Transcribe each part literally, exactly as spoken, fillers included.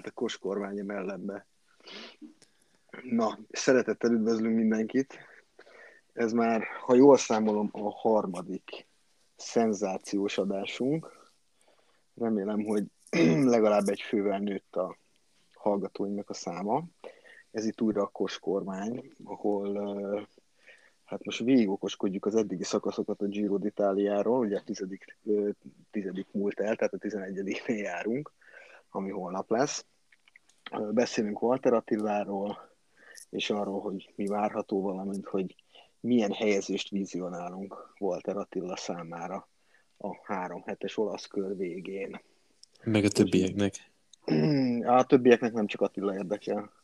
állt a Kos kormány mellembe. Na, szeretettel üdvözlünk mindenkit. Ez már, ha jól számolom, a harmadik szenzációs adásunk. Remélem, hogy legalább egy fővel nőtt a hallgatóinknak a száma. Ez itt újra a Kos kormány, ahol hát most végigokoskodjuk az eddigi szakaszokat a Giro d'Italiáról, ugye a tizedik, tizedik múlt el, tehát a tizenegyediknél járunk, ami holnap lesz. Beszélünk Walter Attiláról, és arról, hogy mi várható, valamint, hogy milyen helyezést vizionálunk Walter Attila számára a három hetes olasz kör végén. Meg a többieknek. A többieknek nem csak Attila érdekel.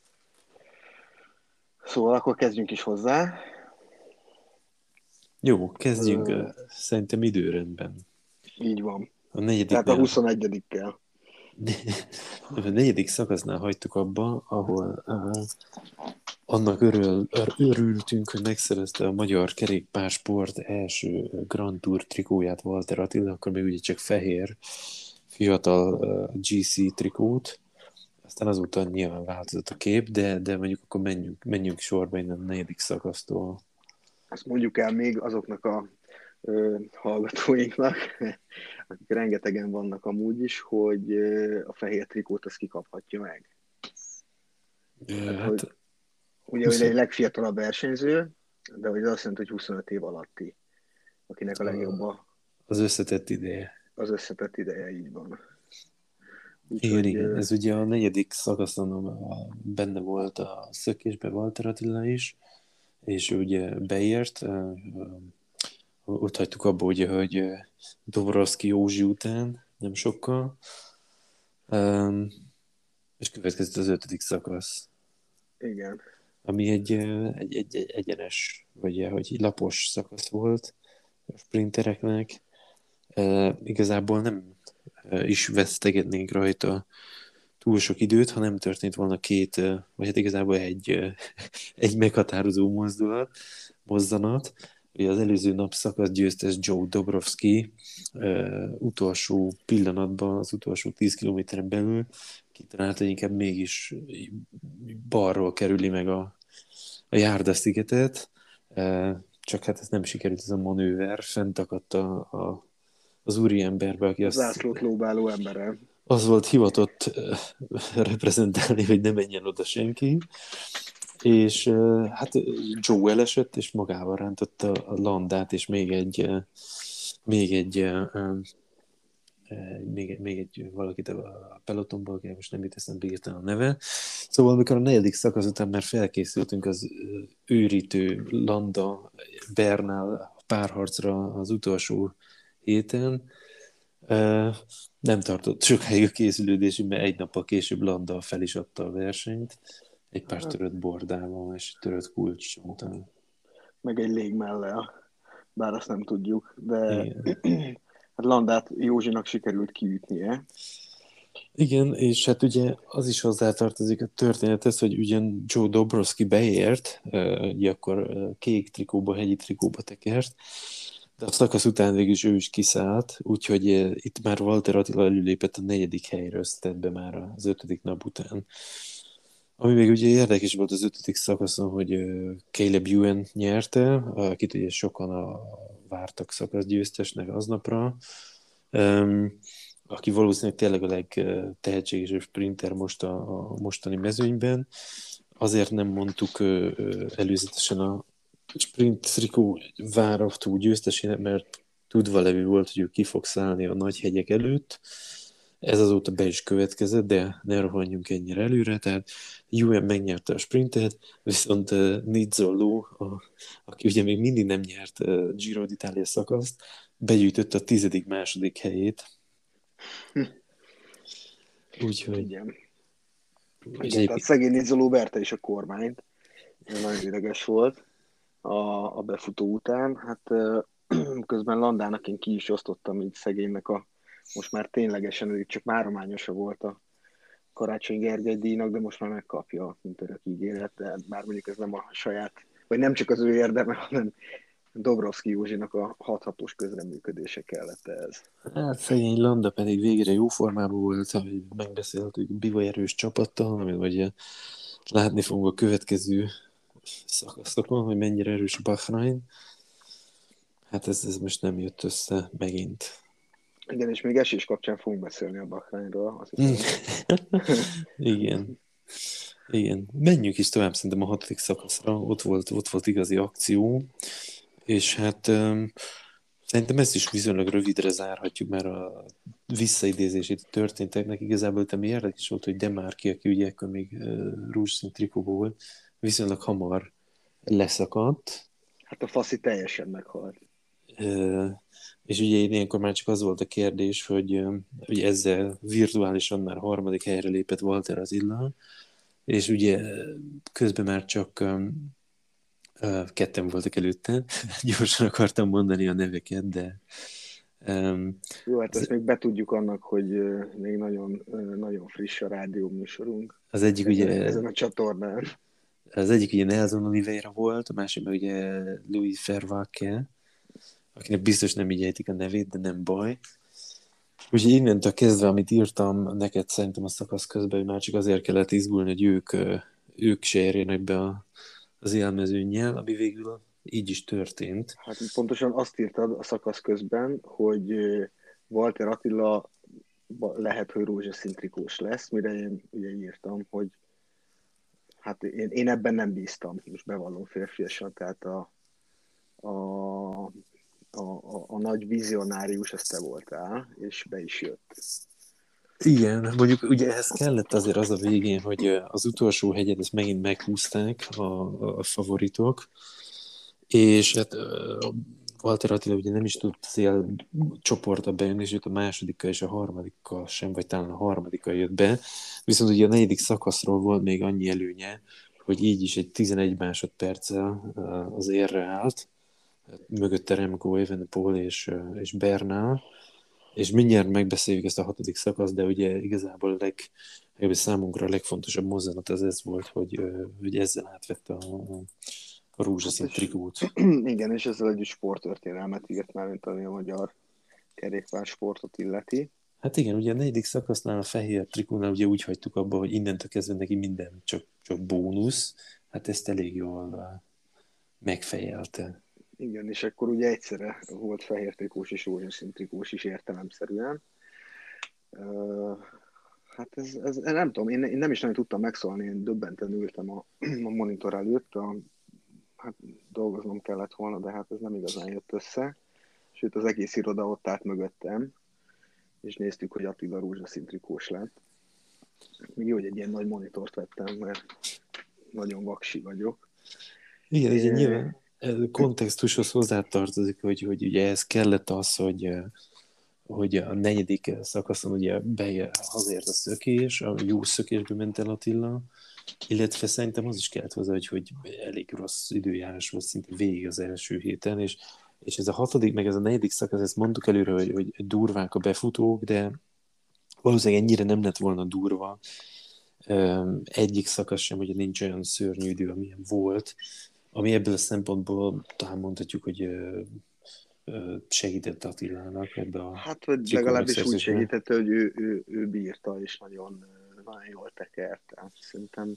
Szóval akkor kezdjünk is hozzá. Jó, kezdjünk Ö... uh, szerintem időrendben. Így van. A negyedik Tehát a huszonegyedikkel. A negyedik szakasznál hagytuk abba, ahol uh, annak örül, örültünk, hogy megszerezte a magyar kerékpársport első Grand Tour trikóját Walter Attila, akkor még ugye csak fehér, fiatal uh, gé cé trikót. Aztán azóta nyilván változott a kép, de, de mondjuk akkor menjünk, menjünk sorba innen a negyedik szakasztól. Azt mondjuk el még azoknak a ö, hallgatóinknak, akik rengetegen vannak amúgy is, hogy ö, a fehér trikót azt kikaphatja meg. Hát, hát, hogy, ugye, húsz... hogy egy legfiatalabb versenyző, de hogy az azt jelenti, hogy huszonöt év alatti, akinek a legjobb a, az összetett ideje. Az összetett ideje, így van. Úgy, igen, igen. Ö... Ez ugye a negyedik szakaszon a, benne volt a szökésben Walter Attila is, és ugye beért, ott hagytuk abba, ugye, hogy Dobrovszky Józsi után nem sokkal, és következett az ötödik szakasz. Igen. Ami egy, egy, egy, egy egyenes, vagy hogy lapos szakasz volt a sprintereknek. Igazából nem is vesztegetnénk rajta túl sok időt, ha nem történt volna két, vagy hát igazából egy, egy meghatározó mozdulat, mozzanat. Ugye az előző nap szakasz győztes Joe Dobrovsky uh, utolsó pillanatban, az utolsó tíz kilométeren belül kitalált, hogy inkább mégis balról kerüli meg a, a Járda-szigetet, uh, csak hát ez nem sikerült, ez a manőver, fent akadt a, a, az úriemberbe, aki az zászlót lóbáló embere. Az volt hivatott uh, reprezentálni, hogy ne menjen oda senki, és uh, hát Joe elesett, és magával rántotta a Landát, és még egy uh, még egy uh, uh, még, még egy valakit a pelotonból, aki most nem jut eszembe írtani a neve. Szóval amikor a negyedik szakasz után már felkészültünk az őrítő Landa Bernal párharcra az utolsó héten, Uh, nem tartott sokáig a készülődésig, mert egy nappal később Landa fel is adta a versenyt, egy pár törött bordával és törött kulcs után. Meg egy légmellel, bár azt nem tudjuk, de hát Landát Józsinak sikerült kiütnie. Igen, és hát ugye az is hozzátartozik a történethez, hogy ugyan Joe Dobrovsky beért, uh, ugye akkor uh, kék trikóba, hegyi trikóba tekert, de a szakasz után végül is ő is kiszállt, úgyhogy uh, itt már Walter Attila előlépett a negyedik helyre, összetett be már az ötödik nap után. Ami még ugye érdekes volt az ötödik szakaszon, hogy uh, Caleb Ewan nyerte, akit ugye sokan a, vártak szakaszgyőztesnek aznapra, um, aki valószínűleg tényleg a legtehetségesebb sprinter most a, a mostani mezőnyben. Azért nem mondtuk uh, előzetesen a sprint trikó várható győztesének, mert tudva levő volt, hogy ő ki fog szállni a nagy hegyek előtt. Ez azóta be is következett, de ne rohanjunk ennyire előre, tehát Ewan megnyerte a sprintet, viszont uh, Nizzolo, a, aki ugye még mindig nem nyert uh, Giro d'Italia szakaszt, begyűjtött a tizedik második helyét. Hm. Úgyhogy... Igen. Igen, tehát szegény Nizzolo verte is a kormányt. Nagyon ideges volt a, a befutó után. Hát közben Landának én ki is osztottam így szegénynek a most már ténylegesen, ő csak várományosa volt a Karácsony Gergely díjnak, de most már megkapja, mint örök ígéret, de bár mondjuk ez nem a saját, vagy nem csak az ő érdeme, hanem Dobrovszki Józsinak a hathatós közreműködése kellett ez. Hát szegény Landa pedig végre jó formában volt, hogy megbeszéltük bivaj erős csapattal, amit ugye látni fogunk a következő szakaszokon, hogy mennyire erős Bahrain. Hát ez, ez most nem jött össze megint. Igen, és még esés kapcsán fogunk beszélni a Bahreinről, azt hiszem. Igen. Igen. Menjünk is tovább szerintem a hatodik szakaszra. Ott volt, ott volt igazi akció, és hát um, szerintem ezt is viszonylag rövidre zárhatjuk, mert a visszaidézését történteknek igazából ami érdekes volt, hogy Demarki, aki ugye ekkor még uh, rózsaszín trikóban volt, viszonylag hamar leszakadt. Hát a faszi teljesen meghalt. Uh, és ugye ilyenkor már csak az volt a kérdés, hogy, uh, hogy ezzel virtuálisan már harmadik helyre lépett Walter Attila, és ugye közben már csak um, uh, ketten voltak előtte. Gyorsan akartam mondani a neveket, de um, jó, hát ezt még betudjuk annak, hogy uh, még nagyon, uh, nagyon friss a rádió műsorunk. Az egyik ezen, ugye ezen a csatornán. Az egyik ugye Nelson Oliveira volt, a másik meg ugye Louis Fervacque, akinek biztos nem így ejtik a nevét, de nem baj. Úgyhogy innentől kezdve, amit írtam neked szerintem a szakasz közben, hogy már csak azért kellett izgulni, hogy ők, ők se érjenek be a, az élmezőnnyel, ami végül így is történt. Hát pontosan azt írtad a szakasz közben, hogy Walter Attila lehet, hogy rózsaszín trikós lesz, mire én ugye írtam, hogy hát én, én ebben nem bíztam, most bevallom férfiasan, tehát a, a, a, a, a nagy vizionárius, az te voltál, és be is jött. Igen, mondjuk ugye ehhez kellett azért az a végén, hogy az utolsó hegyet ezt megint meghúzták a, a favoritok, és hát Walter Attila ugye nem is tud cél csoportba bejönni, és a másodikkal és a harmadikkal sem, vagy talán a harmadikkal jött be. Viszont ugye a negyedik szakaszról volt még annyi előnye, hogy így is egy tizenegy másodperccel az érre állt, mögötte Remco Evenepoel és, és Bernal, és mindjárt megbeszéljük ezt a hatodik szakaszt, de ugye igazából a leg, számunkra a legfontosabb mozzanat az ez volt, hogy, hogy ezzel átvette a, a rózsaszín hát trikót. Igen, és ezzel együtt sporttörténelmet írt már, mint ami a magyar kerékpársportot illeti. Hát igen, ugye a negyedik szakasznál a fehér trikónál ugye úgy hagytuk abba, hogy innentől kezdve neki minden csak, csak bónusz, hát ezt elég jól megfejelte. Igen, és akkor ugye egyszerre volt fehér trikós és rózsaszín trikós is értelemszerűen. Uh, hát ez, ez, nem tudom, én, én nem is nagyon tudtam megszólni, én döbbenten ültem a, a monitor előtt, a, hát dolgoznom kellett volna, de hát ez nem igazán jött össze. Sőt, az egész iroda ott állt mögöttem, és néztük, hogy Attila rózsaszín trikós lett. Még jó, hogy egy ilyen nagy monitort vettem, mert nagyon vaksi vagyok. Igen, ez egy nyilván kontextushoz hozzátartozik, hogy, hogy ugye ez kellett az, hogy, hogy a negyedik szakaszon ugye bejön azért a szökés, a jó szökésbe ment el Attila, illetve szerintem az is kellett hozzá, hogy, hogy elég rossz időjárás volt szinte végig az első héten, és, és ez a hatodik, meg ez a negyedik szakasz, ezt mondtuk előre, hogy, hogy durvák a befutók, de valószínűleg ennyire nem lett volna durva. Egyik szakasz sem, hogy nincs olyan szörnyű idő, amilyen volt, ami ebből a szempontból talán mondhatjuk, hogy segített Attilának ebbe a... Hát, vagy legalábbis úgy segített, hogy ő, ő, ő bírta, és nagyon, nagyon jól tekert. Szerintem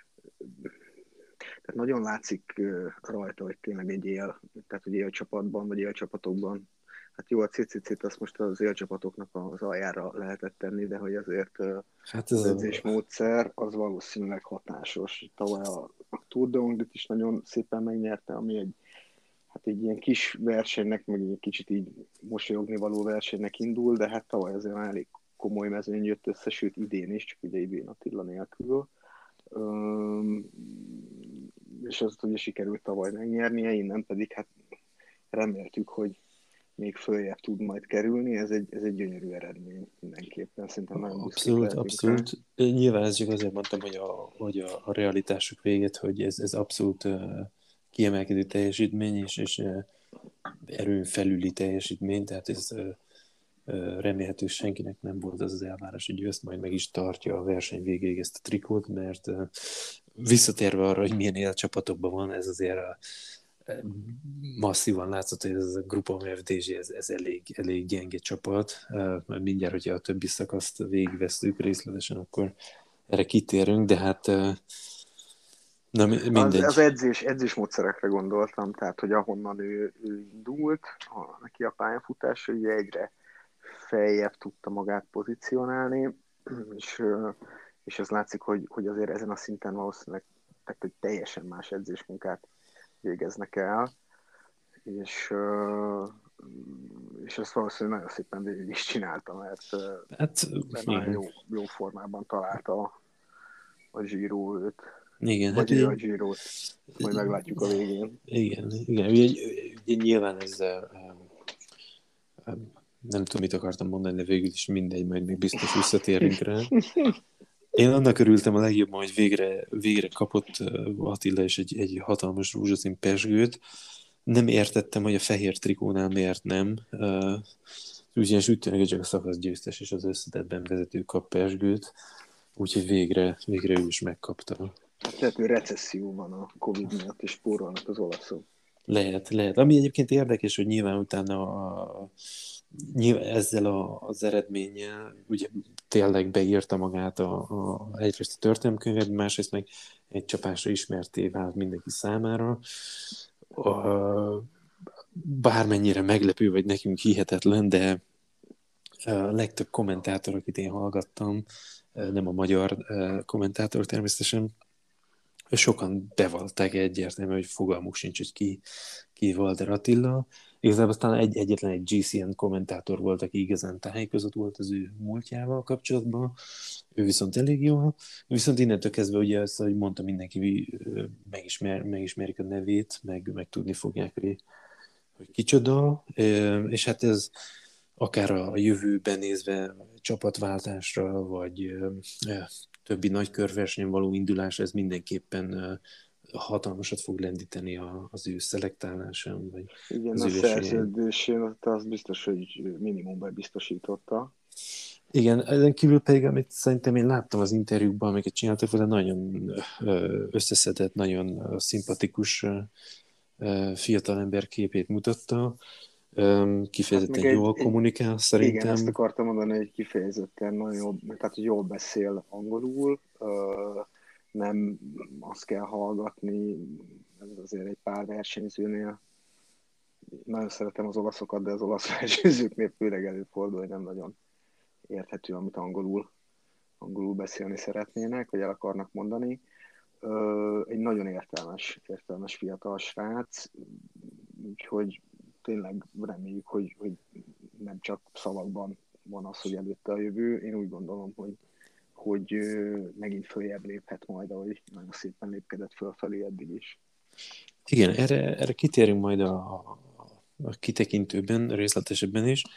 tehát nagyon látszik rajta, hogy tényleg egy él, tehát hogy élcsapatban, vagy élcsapatokban. Hát jó, a cé cé cét azt most az élcsapatoknak az aljára lehetett tenni, de hogy azért hát az edzésmódszer az valószínűleg hatásos. Tavaly a, a Tour de Hongrit is nagyon szépen megnyerte, ami egy, hát egy ilyen kis versenynek, meg egy kicsit így mosolyogni való versenynek indul, de hát tavaly azért elég komoly mezőny jött össze, sőt idén is, csak ugye idén Attila nélkül. Um, és azt ugye sikerült tavaly megnyernie, innen pedig hát reméltük, hogy még följebb tud majd kerülni, ez egy, ez egy gyönyörű eredmény mindenképpen, szerintem nagyon abszolút, abszolút. Rá. Nyilván ezt csak azért mondtam, hogy a, hogy a, a realitások véget, hogy ez, ez abszolút uh, kiemelkedő teljesítmény, és, és uh, erőn felüli teljesítmény, tehát ez uh, uh, remélhető senkinek nem volt az az elvárás, hogy ő ezt majd meg is tartja a verseny végéig ezt a trikót, mert uh, visszatérve arra, hogy milyen élcsapatokban van, ez azért a masszívan látszott, hogy ez a Grupa ef dé zé, ez, ez elég, elég gyenge csapat, mert mindjárt, hogyha a többi szakaszt végigvesztük részletesen, akkor erre kitérünk, de hát na Az, mindegy. az edzés, edzés módszerekre gondoltam, tehát, hogy ahonnan ő, ő indult, a, neki a pályafutása, ugye egyre feljebb tudta magát pozícionálni, és, és ez látszik, hogy, hogy azért ezen a szinten valószínűleg tehát, hogy teljesen más edzésmunkát végeznek el, és, és ezt valószínűleg nagyon szépen végig is csinálta, mert, hát, mert nagyon jó, jó formában találta a, a Giro őt. Igen, Vagy hát ő ugye, a Giro-t, majd meglátjuk a végén. Igen, igen. Ugye, ugye nyilván ezzel nem tudom, mit akartam mondani, de végül is mindegy, majd még biztos visszatérünk rá. Én annak örültem a legjobban, hogy végre, végre kapott Attila is egy, egy hatalmas rózsaszín pezsgőt. Nem értettem, hogy a fehér trikónál miért nem. Ugyanis úgy tűnik, hogy csak a szakaszgyőztes és az összetettben vezető kap pezsgőt, úgyhogy végre, végre ő is megkapta. Hát lehet, hogy recesszió van a Covid miatt, és spórolnak az olaszok. Lehet, lehet. Ami egyébként érdekes, hogy nyilván utána a, nyilván ezzel a, az eredménnyel ugye tényleg beírta magát a, a, egyrészt a történelmkönyvet, másrészt meg egy csapásra ismerté vált mindenki számára. A, bármennyire meglepő, vagy nekünk hihetetlen, de a legtöbb kommentátor, akit én hallgattam, nem a magyar kommentátor természetesen, sokan bevallták egyértelműen, hogy fogalmuk sincs, hogy ki, ki Walter Attila. Igazából aztán egy, egyetlen egy gé cé en kommentátor volt, aki igazán tájékozott volt az ő múltjával kapcsolatban. Ő viszont elég jó. Viszont innentől kezdve, ugye ezt, ahogy mondta, mindenki megismer, megismerik a nevét, meg, meg tudni fogják, hogy, hogy kicsoda. És hát ez akár a jövőben nézve csapatváltásra, vagy többi nagykörversenyen való indulás, ez mindenképpen hatalmasat fog lendíteni az ő szelektálásán, vagy igen, az a ő szerződésén az biztos, hogy minimum bebiztosította. Igen, ezen kívül pedig, amit szerintem én láttam az interjúkban, amiket csináltak vele, nagyon összeszedett, nagyon szimpatikus fiatalember képét mutatta. Kifejezetten hát jól egy, kommunikál, szerintem. Igen, ezt akartam mondani, hogy kifejezetten nagyon jól, tehát hogy jól beszél angolul, nem azt kell hallgatni, ez azért egy pár versenyzőnél. Nagyon szeretem az olaszokat, de az olasz versenyzőknél főleg előfordul, hogy nem nagyon érthető, amit angolul, angolul beszélni szeretnének, vagy el akarnak mondani. Egy nagyon értelmes, értelmes fiatal srác, úgyhogy tényleg reméljük, hogy, hogy nem csak szavakban van az, hogy előtte a jövő. Én úgy gondolom, hogy, hogy megint följebb léphet majd, ahogy nagyon szépen lépkedett fölfelé eddig is. Igen, erre, erre kitérünk majd a, a, a kitekintőben, részletesebben is.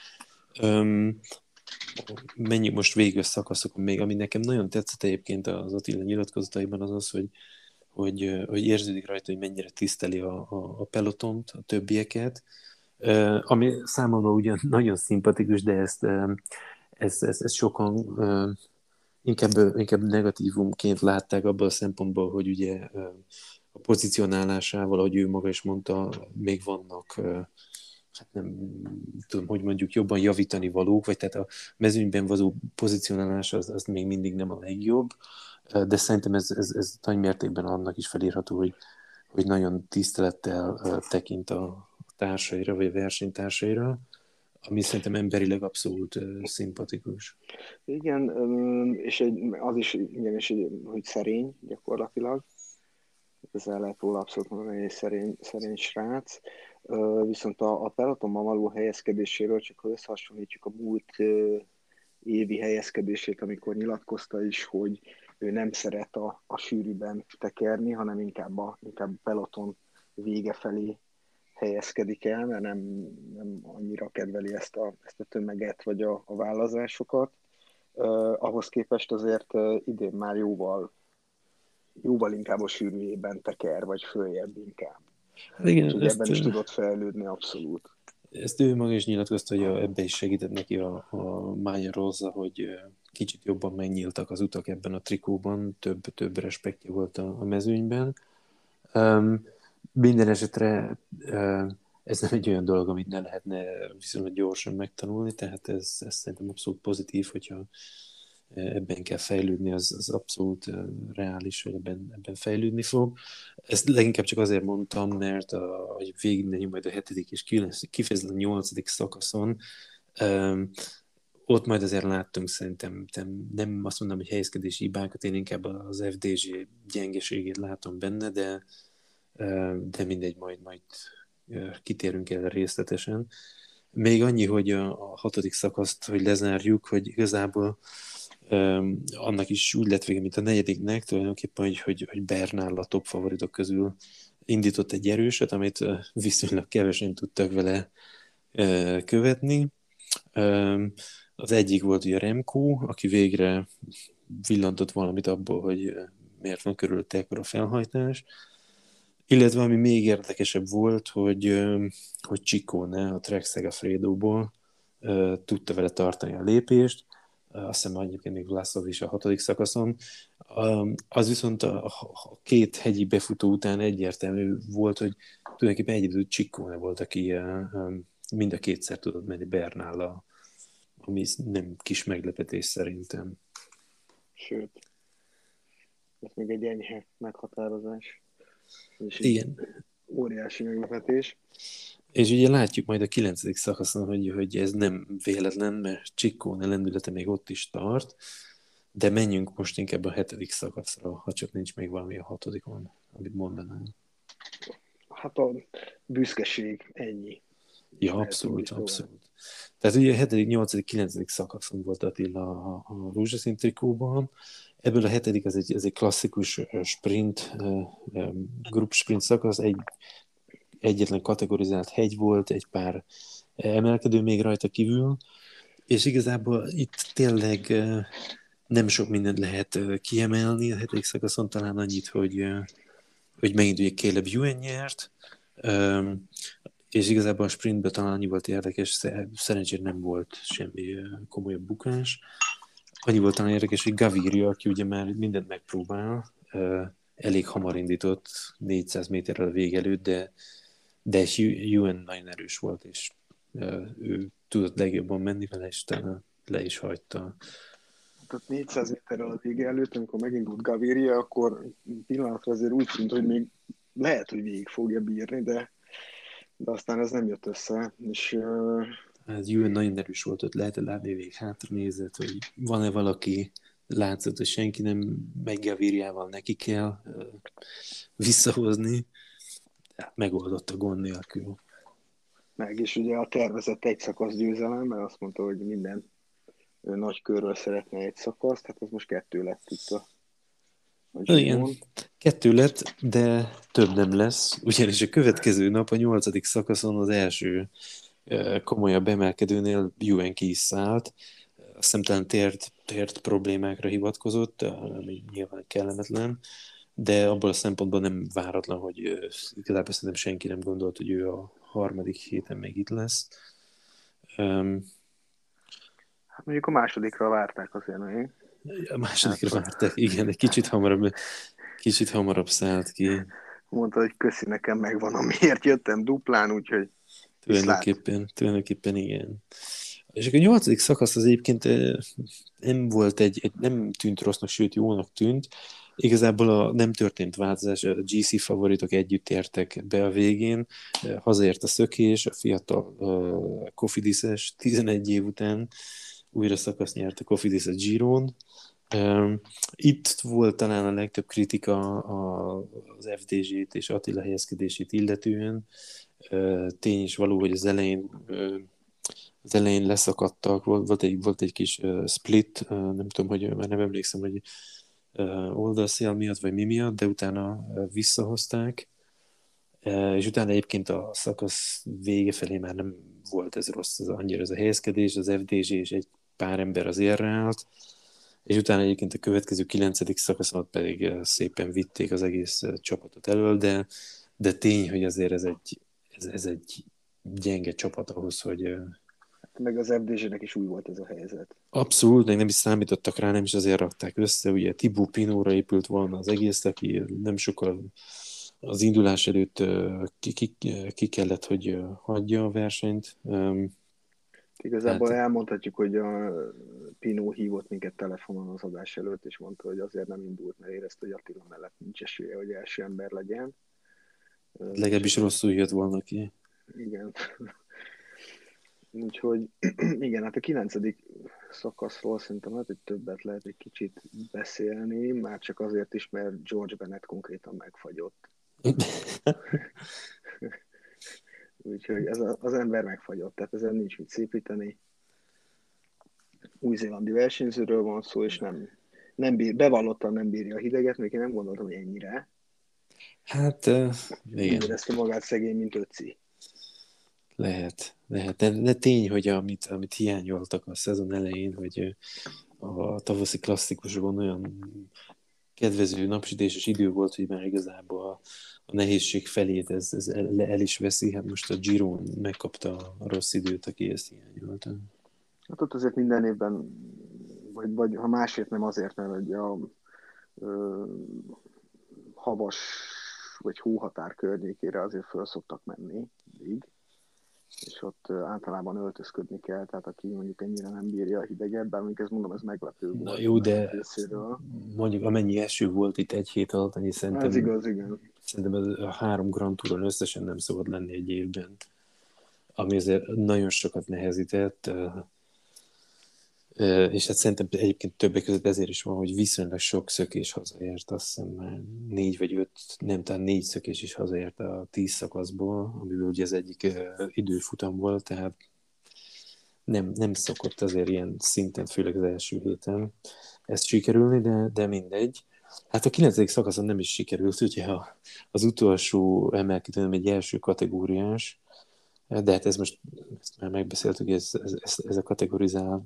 Um, menjünk most végül szakaszokon még, ami nekem nagyon tetszett egyébként az Attila nyilatkozataiban, az az, hogy, hogy, hogy érződik rajta, hogy mennyire tiszteli a, a, a pelotont, a többieket, uh, ami számomra ugyan nagyon szimpatikus, de ezt, uh, ezt, ezt, ezt sokan uh, inkább, inkább negatívumként látták abban a szempontból, hogy ugye uh, a pozicionálásával, ahogy ő maga is mondta, még vannak uh, hát nem tudom, hogy mondjuk jobban javítani valók, vagy tehát a mezőnyben való pozicionálás az, az még mindig nem a legjobb, de szerintem ez, ez, ez nagy mértékben annak is felírható, hogy, hogy nagyon tisztelettel tekint a társaira, vagy a versenytársaira, ami szerintem emberileg abszolút szimpatikus. Igen, és egy, az is, igen, és egy, hogy szerény gyakorlatilag. Ezzel lehet róla abszolút mondani, hogy egy szerény, szerény srác. Viszont a, a pelotonban való helyezkedéséről, csak ha összehasonlítjuk a múlt évi helyezkedését, amikor nyilatkozta is, hogy ő nem szeret a, a sűrűben tekerni, hanem inkább a, inkább a peloton vége felé helyezkedik el, mert nem, nem annyira kedveli ezt a, ezt a tömeget vagy a, a vállazásokat. Uh, ahhoz képest azért uh, idén már jóval jóval inkább a sűrűjében teker, vagy följebb inkább. Igen, úgyhogy ezt, ebben is tudott fejlődni abszolút. Ezt ő maga is nyilatkozta, hogy a, ebbe is segített neki a, a Mája Rosa, hogy kicsit jobban megnyíltak az utak ebben a trikóban, több, több respektje volt a, a mezőnyben. Um, Minden esetre ez nem egy olyan dolog, amit ne lehetne viszonylag gyorsan megtanulni, tehát ez, ez szerintem abszolút pozitív, hogyha ebben kell fejlődni, az, az abszolút reális, hogy ebben, ebben fejlődni fog. Ezt leginkább csak azért mondtam, mert a, hogy végigmegyünk majd a hetedik és kifejezetten a nyolcadik szakaszon, um, ott majd azért láttunk szerintem, nem azt mondom, hogy helyezkedési hibákat, én inkább az ef dé zé gyengeségét látom benne, de, de mindegy, majd, majd kitérünk el részletesen. Még annyi, hogy a, a hatodik szakaszt, hogy lezárjuk, hogy igazából um, annak is úgy lett vége, mint a negyediknek, tulajdonképpen, hogy, hogy, hogy Bernal a top favoritok közül indított egy erőset, amit uh, viszonylag kevesen tudtak vele uh, követni. Um, az egyik volt ugye Remco, aki végre villantott valamit abból, hogy miért van körülötte ekkora felhajtás. Illetve ami még érdekesebb volt, hogy, hogy Ciccone a Trek Segafredo-ból tudta vele tartani a lépést. Azt hiszem, egyébként még Vlasov is a hatodik szakaszon. Az viszont a, a két hegyi befutó után egyértelmű volt, hogy tulajdonképpen egyedül Ciccone volt, aki mind a kétszer tudott menni Bernállal, ami nem kis meglepetés szerintem. Sőt, ez még egy enyhe meghatározás. És igen. Óriási meglepetés. És ugye látjuk majd a kilencedik szakaszon, hogy, hogy ez nem véletlen, mert Ciccone lendülete még ott is tart, de menjünk most inkább a hetedik szakaszra, ha csak nincs még valami a hatodikon, amit mondanám. Hát a büszkeség, ennyi. Ja, abszolút, abszolút. Tehát ugye a hetedik, nyolcadik, kilencedik szakaszon volt Attila a, a rózsaszín trikóban. Ebből a hetedik az egy, ez egy klasszikus sprint, group sprint szakasz, egy egyetlen kategorizált hegy volt, egy pár emelkedő még rajta kívül, és igazából itt tényleg nem sok mindent lehet kiemelni a hetedik szakaszon, talán annyit, hogy, hogy megint ugye Caleb Ewan nyert, és igazából a sprintben talán annyi volt érdekes, szerencsére nem volt semmi komolyabb bukás. Annyi volt talán érdekes, hogy Gaviria, aki ugye már mindent megpróbál, elég hamar indított négyszáz méterrel a vég előtt, de, de Ewan nagyon erős volt, és ő tudott legjobban menni vele, és talán le is hagyta. Tehát négyszáz méterrel a vége előtt, amikor megindult Gaviria, akkor pillanatra azért úgy tűnt, hogy még lehet, hogy végig fogja bírni, de, de aztán ez nem jött össze. És, uh... Ez Ewan nagyon erős volt, ott lehet látni, végig hátra nézett, hogy van-e valaki, látszott, hogy senki nem megy Gaviriával, neki kell uh, visszahozni. Hát megoldotta gond nélkül. Meg is ugye a tervezett egy szakasz győzelem, mert azt mondta, hogy minden nagy körről szeretne egy szakaszt, hát az most kettő lett itt a, a igen, kettő lett, de több nem lesz, ugyanis a következő nap a nyolcadik szakaszon az első komolyabb emelkedőnél Ewan ki is szállt, azt hiszem talán tért, tért problémákra hivatkozott, ami nyilván kellemetlen, de abból a szempontból nem váratlan, hogy igazából szerintem senki nem gondolt, hogy ő a harmadik héten még itt lesz. Um, hát mondjuk a másodikra várták azért, nem? A másodikra hát, várták, igen, egy kicsit hamarabb, kicsit hamarabb szállt ki. Mondta, hogy köszi, nekem megvan, amiért jöttem duplán, úgyhogy tulajdonképpen, tulajdonképpen igen. És akkor a nyolcadik szakasz az egyébként nem volt egy, egy, nem tűnt rossznak, sőt jónak tűnt. Igazából a, nem történt változás, a gé cé favoritok együtt értek be a végén. Hazaért a szökés, a fiatal uh, Cofidis-es tizenegy év után újra szakasz nyert a Cofidis a Giron. Um, itt volt talán a legtöbb kritika a, az ef dé zét és Attila helyezkedését illetően. Uh, tény is való, hogy az elején uh, az elején leszakadtak, volt, volt, egy, volt egy kis uh, split, uh, nem tudom, hogy már nem emlékszem, hogy uh, oldalszél miatt, vagy mi miatt, de utána uh, visszahozták, uh, és utána egyébként a szakasz vége felé már nem volt ez rossz, az annyira ez a helyezkedés, az ef dé zé és egy pár ember az érre állt, és utána egyébként a következő kilencedik szakaszon pedig uh, szépen vitték az egész uh, csapatot elől, de, de tény, hogy azért ez egy, ez, ez egy gyenge csapat ahhoz, hogy uh, meg az ef dé zének is új volt ez a helyzet. Abszolút, meg nem is számítottak rá, nem is azért rakták össze, ugye Thibaut Pinotra épült volna az egész, aki nem sokkal az indulás előtt ki, ki, ki kellett, hogy hagyja a versenyt. Igazából Tehát elmondhatjuk, hogy a Pino hívott minket telefonon az adás előtt, és mondta, hogy azért nem indult, mert érezte, hogy Attila mellett nincs esélye, hogy első ember legyen. És legalábbis rosszul jött volna ki. igen. Úgyhogy igen, hát a kilencedik szakaszról szerintem lehet, hogy többet lehet egy kicsit beszélni, már csak azért is, mert George Bennett konkrétan megfagyott. Úgyhogy ez a, az ember megfagyott, tehát ezen nincs mit szépíteni. Új-zélandi versenyzőről van szó, és nem, nem bír, bevallottan nem bírja a hideget, még én nem gondoltam, hogy ennyire. Hát, uh, Úgy igen. érezte magát szegény, mint öci. Lehet, lehet. De, de tény, hogy amit, amit hiányoltak a szezon elején, hogy a tavaszi klasszikusban olyan kedvező napsütéses idő volt, hogy már igazából a, a nehézség felét ez, ez el, el is veszi. Hát most a Giron megkapta a rossz időt, aki ezt hiányolta. Hát ott azért minden évben, vagy, vagy ha másért nem azért, mert egy a ö, havas vagy hóhatár környékére azért föl szoktak menni mindig, és ott általában öltözködni kell, tehát aki mondjuk ennyire nem bírja a hideget, bár mondjuk ezt mondom, ez meglepő Na volt jó, de részéről. mondjuk amennyi eső volt itt egy hét alatt, annyi szerintem, Ez igaz, igen. szerintem ez a három Grand Touron összesen nem szokott lenni egy évben, ami azért nagyon sokat nehezített, és hát szerintem egyébként többek között ezért is van, hogy viszonylag sok szökés hazaért, azt hiszem már négy vagy öt, nem, talán négy szökés is hazaért a tíz szakaszból, amiből ugye az egyik időfutam volt, tehát nem, nem szokott azért ilyen szinten, főleg az első héten ezt sikerülni, de, de mindegy. Hát a kilencedik szakaszon nem is sikerült, ugye a, az utolsó emelkedő egy első kategóriás, de hát ez most, ezt már megbeszéltük, ez, ez, ez, ez a kategorizáló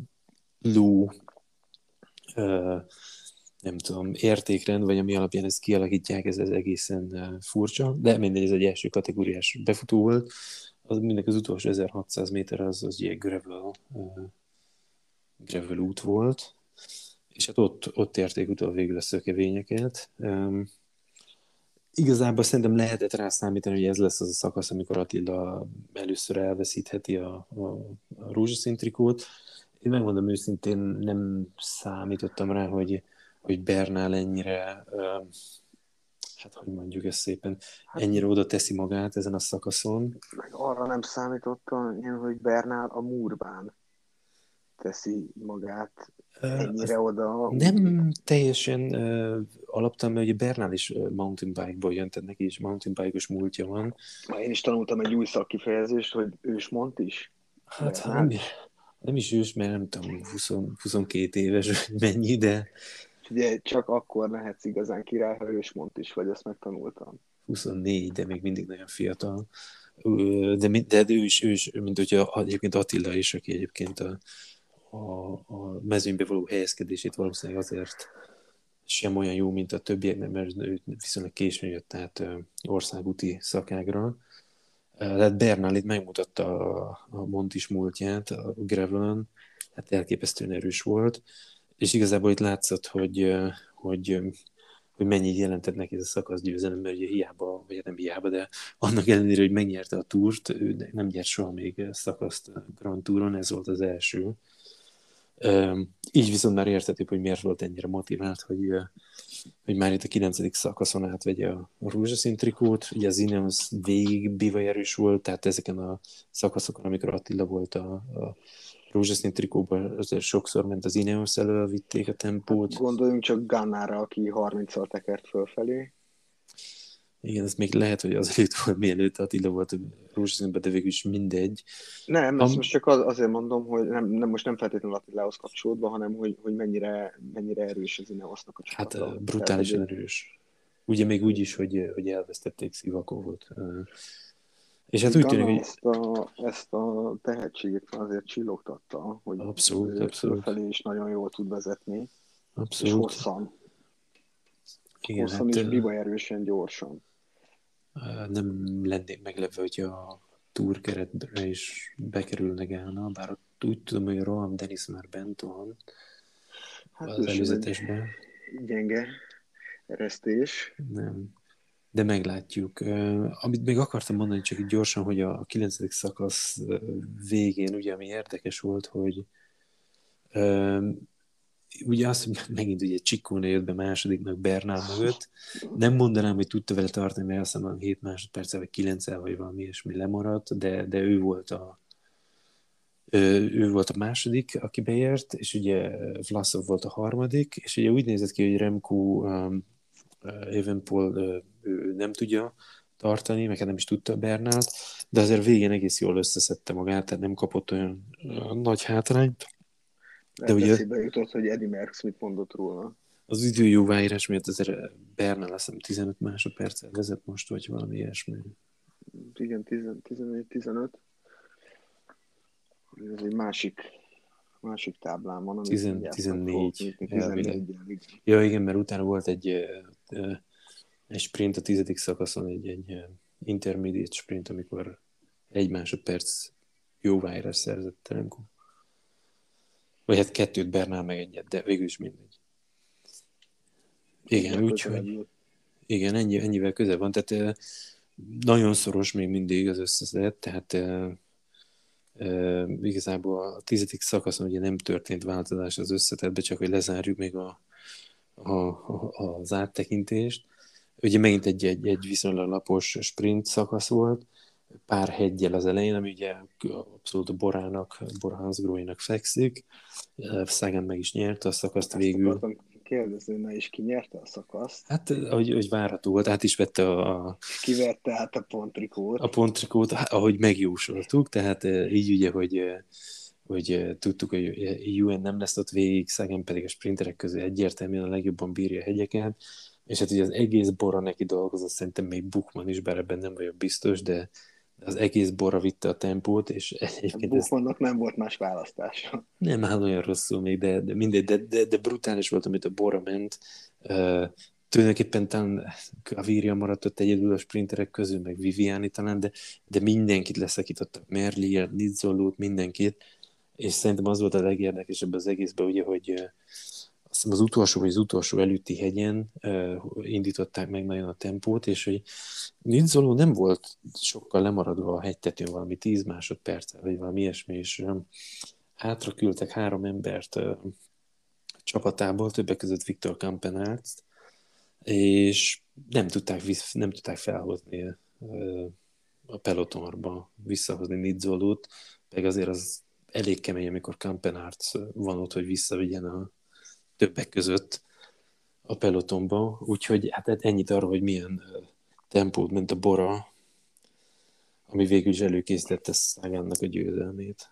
nem tudom, értékrend, vagy ami alapján ezt kialakítják, ez, ez egészen furcsa, de mindegy, ez egy első kategóriás befutó volt. Az mindenki az utolsó ezerhatszáz méter az, az ugye gravel, uh, gravel út volt, és hát ott, ott érték utol végül a szökevényeket. Um, igazából szerintem lehetett rá számítani, hogy ez lesz az a szakasz, amikor Attila először elveszítheti a, a, a rózsaszín trikót. Én megmondom őszintén, nem számítottam rá, hogy, hogy Bernál ennyire, uh, hát hogy mondjuk ezt szépen, Hát, ennyire oda teszi magát ezen a szakaszon. arra nem számítottam én, hogy Bernál a Múrbán teszi magát ennyire uh, oda. Nem úgy... teljesen uh, alaptam, mert ugye Bernál is uh, mountain bike-ból jön, tehát neki is mountain bike-os múltja van. Én is tanultam egy új szakkifejezést, hogy ősmont is. Hát ha nem, nem is ős, mert nem tudom, húsz, huszonkét éves, mennyi, de... Ugye csak akkor lehetsz igazán király, ha ősmont is vagy, ezt megtanultam. huszonnégy, de még mindig nagyon fiatal. De, de, de ő is, ő is, mint hogyha egyébként Attila is, aki egyébként a, a, a mezőnybe való helyezkedését valószínűleg azért sem olyan jó, mint a többiek, mert ő viszonylag későn jött, tehát országúti szakágra. Tehát Bernal itt megmutatta a, a Montis múltját a Gravelen, hát elképesztően erős volt, és igazából itt látszott, hogy, hogy, hogy mennyit jelentett neki ez a szakaszgyőzelem, mert ugye hiába, vagy nem hiába, de annak ellenére, hogy megnyerte a túrt, ő nem nyert soha még szakaszt a Grand Touron, ez volt az első. Így viszont már értetőbb, hogy miért volt ennyire motivált, hogy, hogy már itt a kilencedik szakaszon átvegye a, a rózsaszín trikót. Ugye az Ineos végig bivaj erős volt, tehát ezeken a szakaszokon, amikor Attila volt a, a rózsaszín trikóban, azért sokszor ment az Ineos elől, vitték a tempót. Hát gondoljunk csak Gannára, aki harmincszor tekert fölfelé. Igen, ez még lehet, hogy az előtt volt, mielőtt Attila volt a rózsaszínben, de végül is mindegy. Nem, ezt Am... most csak az, azért mondom, hogy nem, nem, most nem feltétlenül Attilához kapcsolódva, hanem hogy, hogy mennyire, mennyire erős az Ineosnak a csapata. Hát brutálisan Tehát, erős. Ugye még úgy is, hogy, hogy elvesztették Szivakovot. És hát úgy tűnik, hogy... Ezt a, ezt a tehetséget azért csillogtatta, hogy abszolút, abszolút. fölfelé is nagyon jól tud vezetni. Abszolút. És hosszan. Igen, hosszan hát, is bivaj erősen, gyorsan. Nem lennék meglepve, hogyha a túr keretbe is bekerülne Gána, bár ott úgy tudom, hogy Rohan Dennis már bent van hát az előzetesben. Gyenge eresztés. Nem. de meglátjuk. Amit még akartam mondani csak így gyorsan, hogy a kilencedik szakasz végén, ugye, ami érdekes volt, hogy ugye azt, hogy megint ugye Ciccone jött be másodiknak Bernal mögött. Nem mondanám, hogy tudta vele tartani, mert azt hiszem hét másodperccel, vagy kilenccel, vagy valami ilyesmi lemaradt, de, de ő volt a ő volt a második, aki beért, és ugye Vlasov volt a harmadik, és ugye úgy nézett ki, hogy Remco um, Evenepoel uh, ő nem tudja tartani, meg nem is tudta Bernált, de azért végén egész jól összeszedte magát, tehát nem kapott olyan uh, nagy hátrányt. De ugye eszébe jutott, hogy Eddie Merckx mit mondott róla. Az időjóváírás miatt azért Bernal azt hiszem tizenöt másodperccel vezet most, vagy valami ilyesmi. Igen, tizennégy tizenöt. Ez egy másik, másik táblán van. tizennégy. Ja, igen, mert utána volt egy, egy sprint a tizedik szakaszon, egy, egy intermediate sprint, amikor egy másodperc jóváírás szerzett Remco. Vagy hát kettőt Bernal meg egyet, de végül is mindegy. Igen, úgyhogy igen, ennyi, ennyivel közel van, tehát nagyon szoros még mindig az összeszed, tehát Uh, igazából a tizedik szakaszon ugye nem történt változás az összetettbe, csak hogy lezárjuk még a, a, a, az áttekintést. Ugye megint egy, egy, egy viszonylag lapos sprint szakasz volt, pár heggyel az elején, ami ugye abszolút a Borának, Bora Hansgrohe-nak fekszik. Sagan meg is nyerte a szakaszt végül. Kérdezni, na is ki nyerte a szakaszt? Hát, ahogy, ahogy várható volt, át is vette a... a Kivette át a ponttrikót. A ponttrikót, ahogy megjósoltuk, tehát így ugye, hogy, hogy tudtuk, hogy u en nem lesz ott végig, Sagan pedig a sprinterek közül egyértelműen a legjobban bírja a hegyeket, és hát ugye az egész Bora neki dolgozott, szerintem még Buchmann is, bár ebben nem vagyok biztos, de az egész Bora vitte a tempót, és egyébként... Buchmannnak nem volt más választása. Nem áll olyan rosszul még, de, de mindegy, de, de, de brutális volt, amit a Bora ment. Uh, tulajdonképpen talán Gaviria maradt ott egyedül a sprinterek közül, meg Viviani talán, de, de mindenkit leszakítottak, Merlier, Nizzolót, mindenkit, és szerintem az volt a legérdekesebb az egészben, ugye, hogy uh, azt hiszem az utolsó vagy az utolsó előtti hegyen uh, indították meg nagyon a tempót, és hogy Nizzoló nem volt sokkal lemaradva a hegytetőn, valami tíz másodperccel, vagy valami ilyesmi, és um, hátra küldtek három embert uh, csapatából, többek között Viktor Kampenaerts, és nem tudták, visz, nem tudták felhozni uh, a pelotonba, visszahozni Nizzolót, meg azért az elég kemény, amikor Kampenaerts van ott, hogy visszavigyen a többek között a pelotonba, úgyhogy hát ennyit arra, hogy milyen uh, tempót ment a Bora, ami végül is előkészítette Sagannak a győzelmét.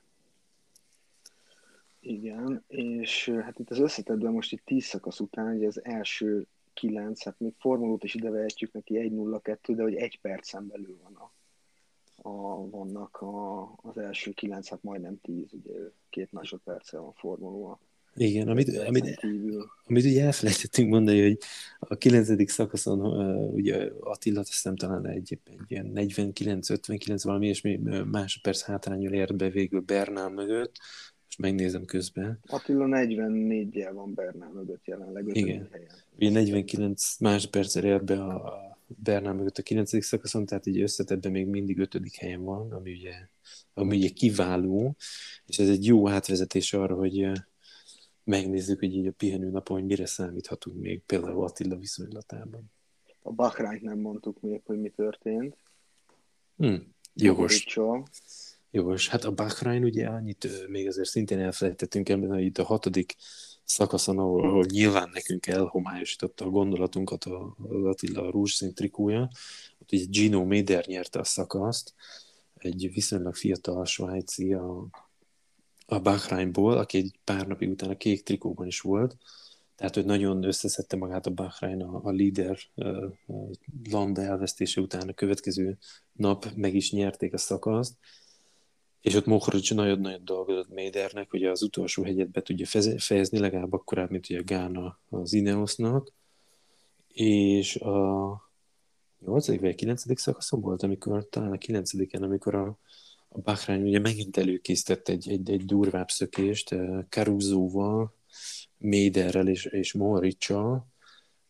Igen, és hát itt az összetettben most itt tíz szakasz után, ugye az első kilenc, hát még formulót is ide vehetjük neki egy nulla kettő, de hogy egy percen belül van a, a, vannak a, az első kilenc, hát majdnem tíz, ugye két másodperccel van formuló. Igen, amit, amit, amit ugye elfelejtettünk mondani, hogy a kilencedik szakaszon uh, ugye Attila azt nem talán egy, egy ilyen negyvenkilenc ötvenkilenc valami ilyesmi másodperc hátrányol ért be végül Bernal mögött. Most megnézem közben. Attila negyvennégyel van Bernal mögött jelenleg. Igen. Helyen. Ugye negyvenkilenc másodperccel ért be a Bernal mögött a kilencedik szakaszon, tehát így összetettben még mindig ötödik helyen van, ami ugye, ami ugye kiváló, és ez egy jó átvezetés arra, hogy megnézzük, hogy így a pihenő napon, hogy mire számíthatunk még, például Attila viszonylatában. A Bahrányt nem mondtuk még, hogy mi történt. Hmm, jogos. Jogos. Hát a Bahrain ugye annyit még azért szintén elfelejtettünk ebben, hogy itt a hatodik szakaszon, ahol, ahol nyilván nekünk elhomályosította a gondolatunkat a, az Attila a rózsaszín trikója, ott ugye Gino Mäder nyerte a szakaszt, egy viszonylag fiatal svájci a a Bahrainból, aki egy pár napig után a kék trikóban is volt, tehát hogy nagyon összeszedte magát a Bahrain a, a líder uh, Landa elvesztése után a következő nap meg is nyerték a szakaszt, és ott Mohoric nagyon-nagyon dolgozott Mädernek, hogy az utolsó hegyet be tudja fejezni, legalább akkorát, mint ugye Gána az Ineosnak, és a nyolcadik vagy kilencedik szakaszon volt, amikor talán a kilencediken, amikor a A Bahrain ugye megint előkészített egy, egy, egy durvább szökést Caruzóval, Mäderrel és, és Mohoric-sal,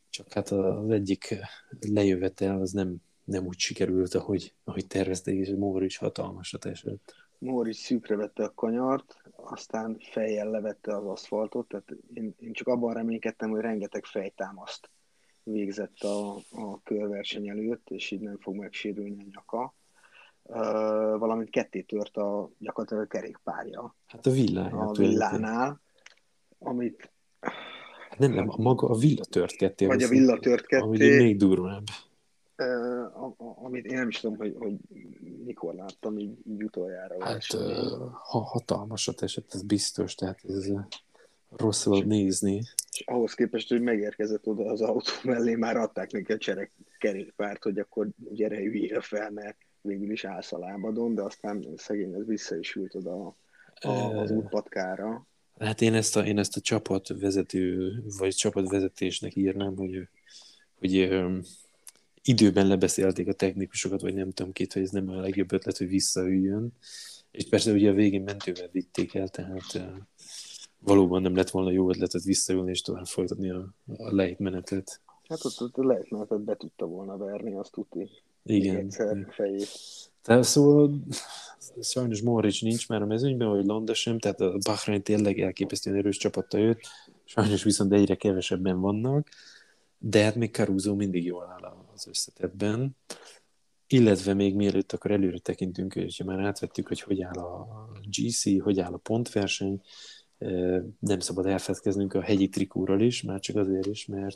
csak hát az egyik lejövetel az nem, nem úgy sikerült, ahogy, ahogy tervezték, és Mór is hatalmasat esett. Móricz szűkre vette a kanyart, aztán fejjel levette az aszfaltot, tehát én, én csak abban reménykedtem, hogy rengeteg fejtámaszt végzett a, a körverseny előtt, és így nem fog megsérülni a nyaka. Uh, valamint ketté tört a gyakorlatilag a kerékpárja Hát a villája a tulajdonképpen. villánál, amit Hát nem, nem, hát, a maga a villa tört ketté, vagy ami, a villa tört ami ugye ketté, még durvább. uh, a, a, amit én nem is tudom, hogy, hogy mikor láttam így, így utoljára Hát versenyen. ha hatalmasat esett, ez biztos, tehát ez rossz És, volt nézni. és ahhoz képest, hogy megérkezett oda az autó mellé, már adták neki a cserek kerékpárt, hogy akkor gyere, üljél fel, mert végül is állsz a lábadon, de aztán szegény az vissza is ült oda a, a, az útpatkára. Hát én ezt a, én ezt a csapatvezető, vagy csapatvezetésnek írnám, hogy, hogy um, időben lebeszélték a technikusokat, vagy nem tudom kit, hogy ez nem a legjobb ötlet, hogy visszaüljön. És persze ugye a végén mentővel vitték el, tehát uh, valóban nem lett volna jó ötletet visszaülni és tovább folytatni a, a lejtmenetet. Hát ott, ott lehet, mert be tudta volna verni, azt tuti. Még Igen. egyszer a fejét. Tehát szóval sajnos Mohoric nincs már a mezőnyben, vagy Landa sem, tehát a Bahrain tényleg elképesztően erős csapata jött, sajnos viszont egyre kevesebben vannak, de hát még Caruso mindig jól áll az összetettben. Illetve még mielőtt akkor előre tekintünk, és már átvettük, hogy hogy áll a gé cé, hogy áll a pontverseny, nem szabad elfeledkeznünk a hegyi trikóról is, már csak azért is, mert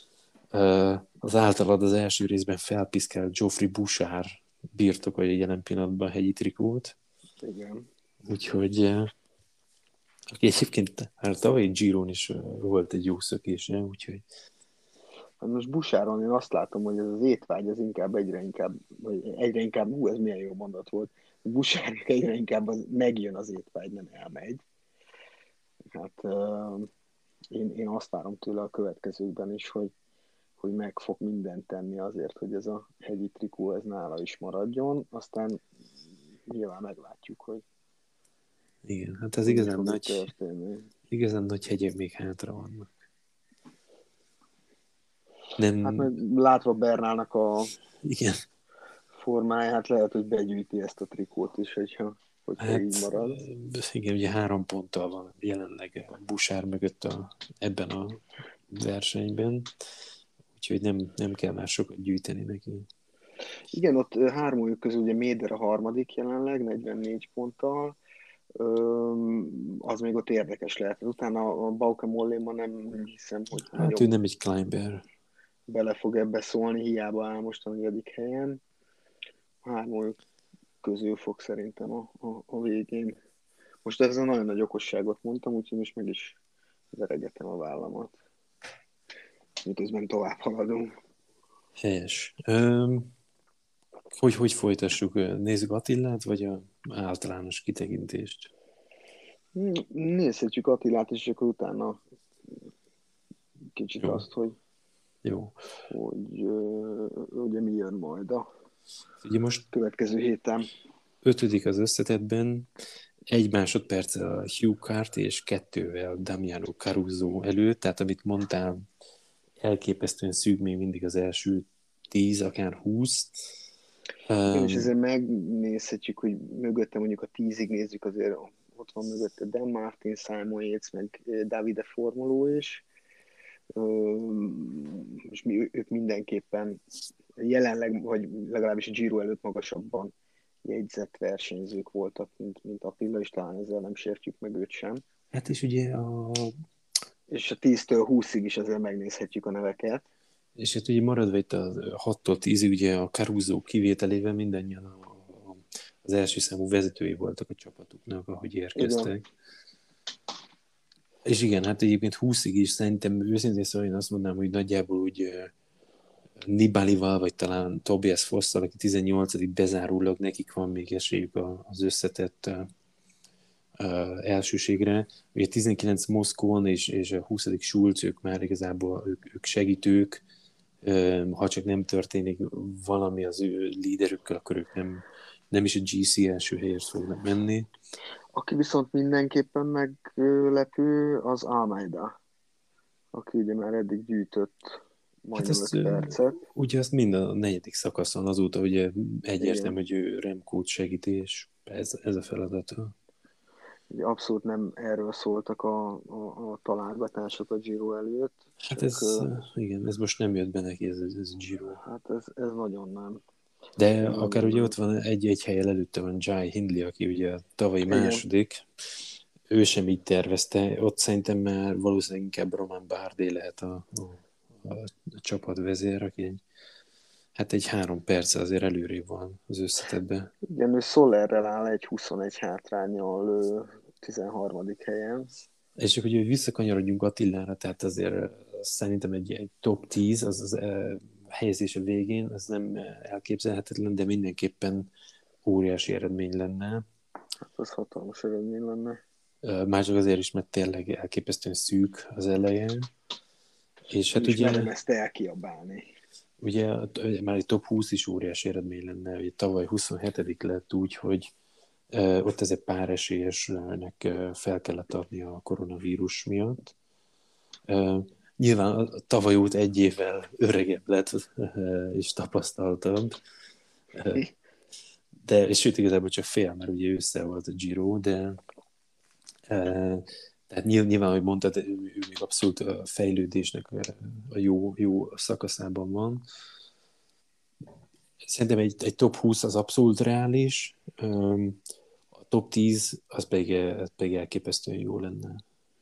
az általad az első részben felpiszkált Geoffrey Bouchard birtokolja jelen pillanatban a hegyi trikót. Igen. Úgyhogy aki egyébként hát tavalyi Giron is volt egy jó szökése, úgyhogy Hát most Busáron én azt látom, hogy ez az étvágy az inkább egyre inkább, vagy egyre inkább, hú, ez milyen jó mondat volt, Busárnak egyre inkább az, megjön az étvágy, nem elmegy. Hát uh, én, én azt várom tőle a következőkben is, hogy, hogy meg fog mindent tenni azért, hogy ez a hegyi trikó ez nála is maradjon, aztán nyilván meglátjuk, hogy, igen, hát ez hogy mi igazán fog itt nagy, történni. igazán nagy hegyek még hátra vannak. Hát Nem, meg látva Bernálnak a igen, formáját, lehet, hogy begyűjti ezt a trikót is, hogyha, hogyha így hát marad. igen, ugye három ponttal van jelenleg Bouchard mögött a, ebben a versenyben, úgyhogy nem, nem kell már sokat gyűjteni neki. Igen, ott hármójuk közül ugye Méder a harmadik jelenleg, negyvennégy ponttal, az még ott érdekes lehet. Utána a Bauke Mollema nem hiszem, hogy Hát nagyon ő nem egy climber. bele fog ebbe szólni, hiába áll most a negyedik helyen. A hármójuk közül fog szerintem a, a, a végén. Most ezzel nagyon nagy okosságot mondtam, úgyhogy most meg is veregetem a vállamat. Miközben tovább haladunk. Helyes. Öm, hogy, hogy folytassuk? Nézzük Attillát, vagy a általános kitekintést? Nézhetjük Attilát, és akkor utána kicsit Jó. azt, hogy, Jó. hogy uh, ugye mi jön majd a Ugye most következő héten. ötödik az összetettben, egy másodperc a Hugh Carty és kettővel Damiano Caruso előtt, tehát amit mondtál, elképesztően szűk még mindig az első tíz, akár húsz. Igen, Um, és ezért megnézhetjük, hogy mögötte mondjuk a tízig nézzük, azért ott van mögötte Dan Martin, Simon Yates, meg Davide Formoló is. És mi, ők mindenképpen jelenleg, vagy legalábbis a Giro előtt magasabban jegyzett versenyzők voltak, mint, mint Attila, és talán ezzel nem sértjük meg őt sem. hát és ugye a... És a tíztől húszig is azért megnézhetjük a neveket. És hát ugye maradva itt a hattól tízig, ugye a Caruso kivételével mindannyian a, a, az első számú vezetői voltak a csapatuknak, ahogy érkeztek. Igen. És igen, hát egyébként húszig is szerintem őszintén szóval én azt mondanám, hogy nagyjából úgy uh, Nibalival, vagy talán Tobias Fosszal, aki tizennyolcadik bezárólag, nekik van még esélyük az összetett uh, uh, elsőségre. Ugye tizenkilenc Moszkvon és, és a huszadik Schulz, ők már igazából ők, ők segítők, uh, ha csak nem történik valami az ő líderükkel, akkor ők nem, nem is a gé cé első helyért fognak menni. Aki viszont mindenképpen meglepő, az Almeida, aki ugye már eddig gyűjtött Hát majdnem ezt öt percet. ugye azt mind a negyedik szakaszon azóta ugye egyértelmű, Igen. hogy ő Remkót segíti, és ez, ez a feladata. Ugye abszolút nem erről szóltak a, a, a találgatások a Giro előtt, Hát csak ez, igen, ez most nem jött be neki, ez, ez Giro. hát ez, ez nagyon nem. De Ez akár nagyon ugye nem. ott van egy-egy helyen előtte van Jai Hindley, aki ugye a tavalyi Igen, második, ő sem így tervezte, ott szerintem már valószínűleg inkább Roman Bardet lehet a, a, a, a csapatvezér, aki egy, hát egy három perc azért előrébb van az összetetben. igen, ő Solerrel áll egy huszonegy hátránnyal ő, tizenharmadik helyen. És csak hogy visszakanyarodjunk Attilára, tehát azért uh, szerintem egy, egy top tíz, az az uh, helyezése végén, az nem elképzelhetetlen, de mindenképpen óriási eredmény lenne. Hát az hatalmas eredmény lenne. Uh, már csak azért is, mert tényleg elképesztően szűk az elején. És Nem hát is ugye, merem ezt elkiabálni. ugye már egy top húsz is óriási eredmény lenne, hogy tavaly huszonhetedik lett úgy, hogy uh, ott ez egy pár esélyesnek uh, fel kellett adni a koronavírus miatt. Uh, nyilván a tavaly óta egy évvel öregebb lett, uh, és tapasztaltabb. Uh, de, és sőt, igazából csak fél, mert ugye össze volt a Giro, de uh, tehát nyilván, ahogy mondtad, ő, ő még abszolút a fejlődésnek a jó, jó szakaszában van. Szerintem egy, egy top húsz az abszolút reális, um, a top tíz az pedig, az pedig elképesztően jó lenne.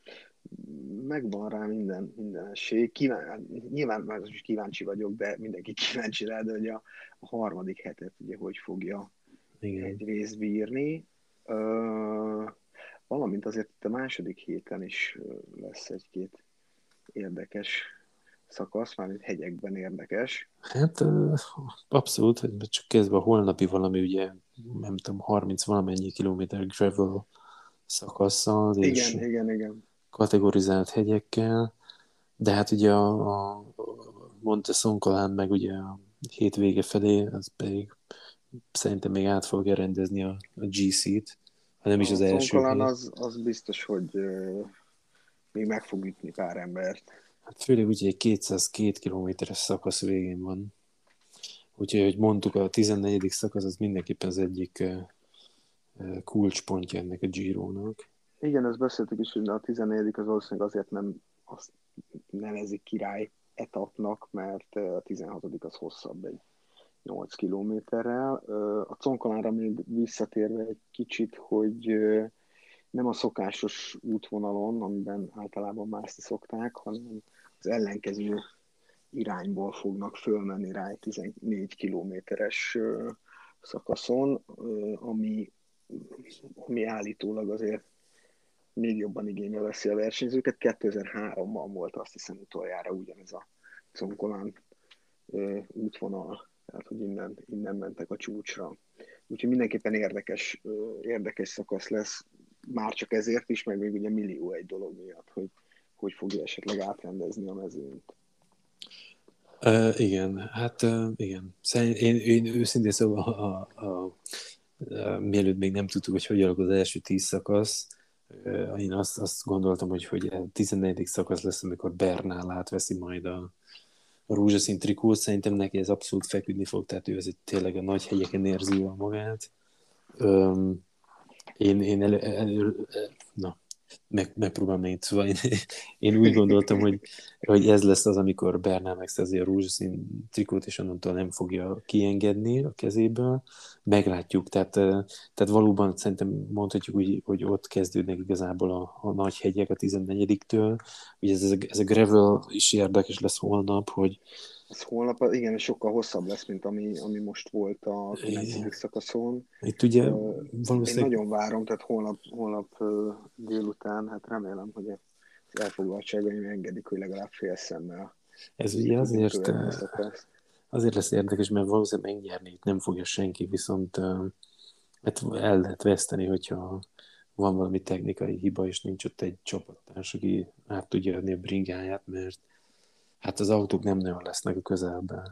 Megvan rá minden, minden esély. Kíván, nyilván már is kíváncsi vagyok, de mindenki kíváncsi rá, de hogy a, a harmadik hetet ugye hogy fogja Igen. egyrészt bírni. Uh, valamint azért itt a második héten is lesz egy-két érdekes szakasz, mármint hegyekben érdekes. Hát abszolút, hogy csak kezdve a holnapi valami, ugye nem tudom, harminc valamennyi kilométer gravel szakasszal, és Igen, igen, igen. kategorizált hegyekkel, de hát ugye a, a Monte Szonkolán meg ugye a hétvége felé, az pedig szerintem még át fogja rendezni a, a gé cét, ha nem is A az első Concolán hely. az, az biztos, hogy uh, még meg fog ütni pár embert. Hát főleg úgy, hogy egy kétszázkettő kilométeres szakasz végén van. Úgyhogy, hogy mondtuk, a tizennegyedik szakasz az mindenképpen az egyik kulcspontja ennek a Girónak. Igen, ezt beszéltük is, hogy a tizennegyedik az valószínűleg azért nem azt nevezik király etapnak, mert a tizenhatodik az hosszabb egy nyolc kilométerrel. A Concolánra még visszatérve egy kicsit, hogy nem a szokásos útvonalon, amiben általában mászni szokták, hanem az ellenkező irányból fognak fölmenni rá egy tizennégy kilométeres szakaszon, ami, ami állítólag azért még jobban igénybe veszi a versenyzőket. kétezer-háromban volt azt hiszem utoljára ugyanez a Concolán útvonal, tehát hogy innen, innen mentek a csúcsra. Úgyhogy mindenképpen érdekes, érdekes szakasz lesz, már csak ezért is, meg még ugye millió egy dolog miatt, hogy hogy fogja esetleg átrendezni a mezőnyt. Uh, igen, hát uh, igen. Szerint, én, én őszintén szóval a, a, a, a, mielőtt még nem tudtuk, hogy hogy alakul az első tíz szakasz, uh, én azt, azt gondoltam, hogy, hogy a tizennegyedik szakasz lesz, amikor Bernál átveszi majd a, a rózsaszín trikót. Szerintem neki ez abszolút feküdni fog, tehát ő ez tényleg a nagy hegyeken érzi jól magát. Um, én, én elő, elő, na, meg, megpróbálom még, szóval én, én úgy gondoltam, hogy, hogy ez lesz az, amikor Bernál megszerzi a rózsaszín trikót, és onnantól nem fogja kiengedni a kezéből. Meglátjuk, tehát, tehát valóban szerintem mondhatjuk úgy, hogy ott kezdődnek igazából a, a nagy hegyek a tizennegyediktől. Ugye ez, ez, a, ez a gravel is érdekes lesz holnap, hogy Ez holnap, igen, sokkal hosszabb lesz, mint ami, ami most volt a kilencedik szakaszon. itt ugye Én valószínűleg nagyon várom, tehát holnap, holnap délután, hát remélem, hogy az elfoglaltságaim engedik, hogy legalább fél szemmel ez végig ugye tudjam azért, követni a szakaszt. azért lesz érdekes, mert valószínűleg megnyerni itt nem fogja senki, viszont hát el lehet veszteni, hogyha van valami technikai hiba, és nincs ott egy csapattárs, aki át tudja adni a bringáját, mert hát az autók nem nagyon lesznek a közelben.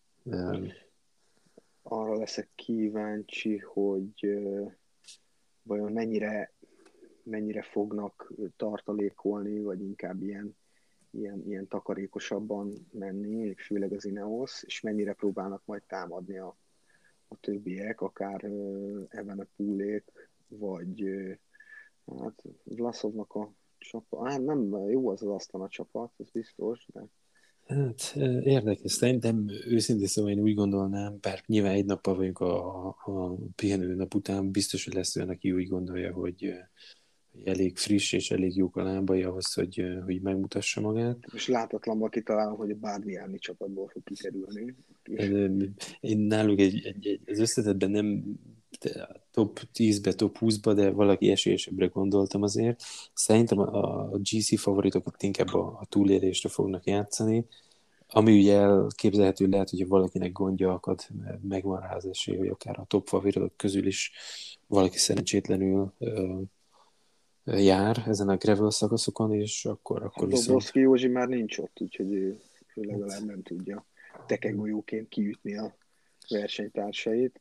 Arra leszek kíváncsi, hogy vajon mennyire, mennyire fognak tartalékolni, vagy inkább ilyen ilyen, ilyen takarékosabban menni, főleg az Ineos, és mennyire próbálnak majd támadni a, a többiek, akár uh, Evenepoelék, vagy uh, hát Vlasovnak a csapat, hát nem jó az az Astana csapat, ez biztos, de Hát érdekes, szerintem őszintén szóval én úgy gondolnám, bár nyilván egy nappal vagyunk a, a pihenő nap után, biztos, hogy lesz olyan, aki úgy gondolja, hogy, hogy elég friss és elég jók a lábai ahhoz, hogy, hogy megmutassa magát. most látatlanban kitalálom, hogy a Bardiani csapatból fog kikerülni. Én náluk egy, egy, egy, az összetetben nem top tízbe, top húszba, de valaki esélyesebbre gondoltam azért. Szerintem a, a gé cé favoritok itt inkább a, a túlélésre fognak játszani, ami ugye elképzelhető, lehet, hogy valakinek gondja akad, megvan rá az esély, hogy akár a top favoritok közül is valaki szerencsétlenül ö, jár ezen a gravel szakaszokon, és akkor, akkor viszont... Dobroszki Józsi már nincs ott, úgyhogy ő, ő legalább nem tudja tekegolyóként kiütni a versenytársait.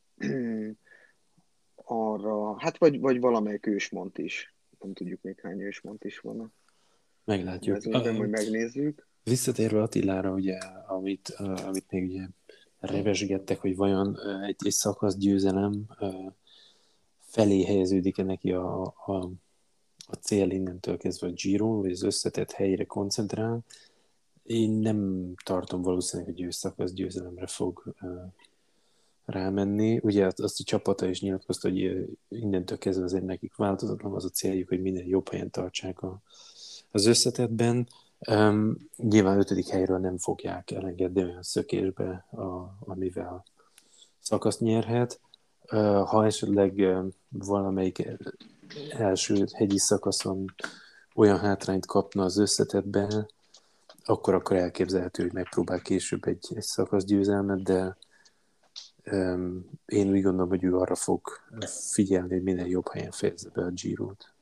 Arra, hát vagy, vagy valamelyik ősmont is. Nem tudjuk még hány ősmont is van. Meglátjuk. Ez még majd megnézzük. Visszatérve Attilára, ugye, amit, uh, amit még ugye revesgettek, hogy vajon uh, egy, egy szakasz győzelem uh, felé helyeződik-e neki a, a, a cél innentől kezdve a Giro, vagy az összetett helyre koncentrál. Én nem tartom valószínűleg, hogy ő szakasz győzelemre fog uh, rámenni. Ugye azt a csapata is nyilatkozta, hogy innentől kezdve azért nekik változatlan az a céljuk, hogy minden jobb helyen tartsák a, az összetetben. Um, nyilván ötödik helyről nem fogják elengedni olyan szökésbe, a, amivel szakaszt nyerhet. Uh, ha esetleg uh, valamelyik első hegyi szakaszon olyan hátrányt kapna az összetetben, akkor, akkor elképzelhető, hogy megpróbál később egy, egy szakasz győzelmet, de um, én úgy gondolom, hogy ő arra fog figyelni, hogy minden jobb helyen fejezze be a Girót.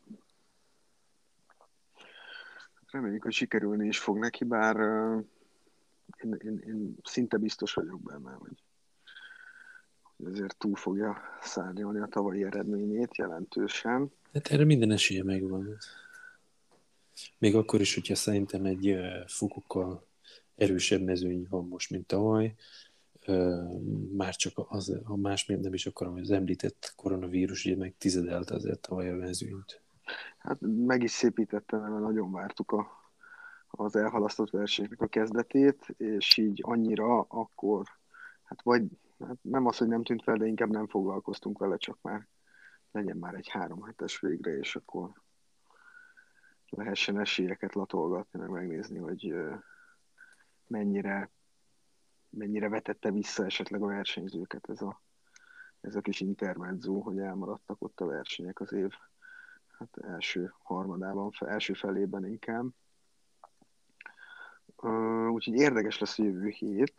Reméljük, hogy sikerülni is fog neki, bár uh, én, én, én szinte biztos vagyok benne, hogy ezért túl fogja szárnyalni a tavalyi eredményét jelentősen. Hát erre minden esélye megvan. Még akkor is, hogyha szerintem egy uh, fokokkal erősebb mezőny van most, mint tavaly, uh, már csak az, a más még nem is akarom, hogy az említett koronavírus ugye meg tizedelte azért tavaly a mezőnyt. Hát meg is szépítette, mert nagyon vártuk a, az elhalasztott versenynek a kezdetét, és így annyira akkor, hát vagy hát nem az, hogy nem tűnt fel, de inkább nem foglalkoztunk vele, csak már legyen már egy három hetes végre, és akkor lehessen esélyeket latolgatni, meg megnézni, hogy mennyire, mennyire vetette vissza esetleg a versenyzőket ez a, ez a kis intermezzo, hogy elmaradtak ott a versenyek az év hát első harmadában, első felében inkább. Úgyhogy érdekes lesz a jövő hét.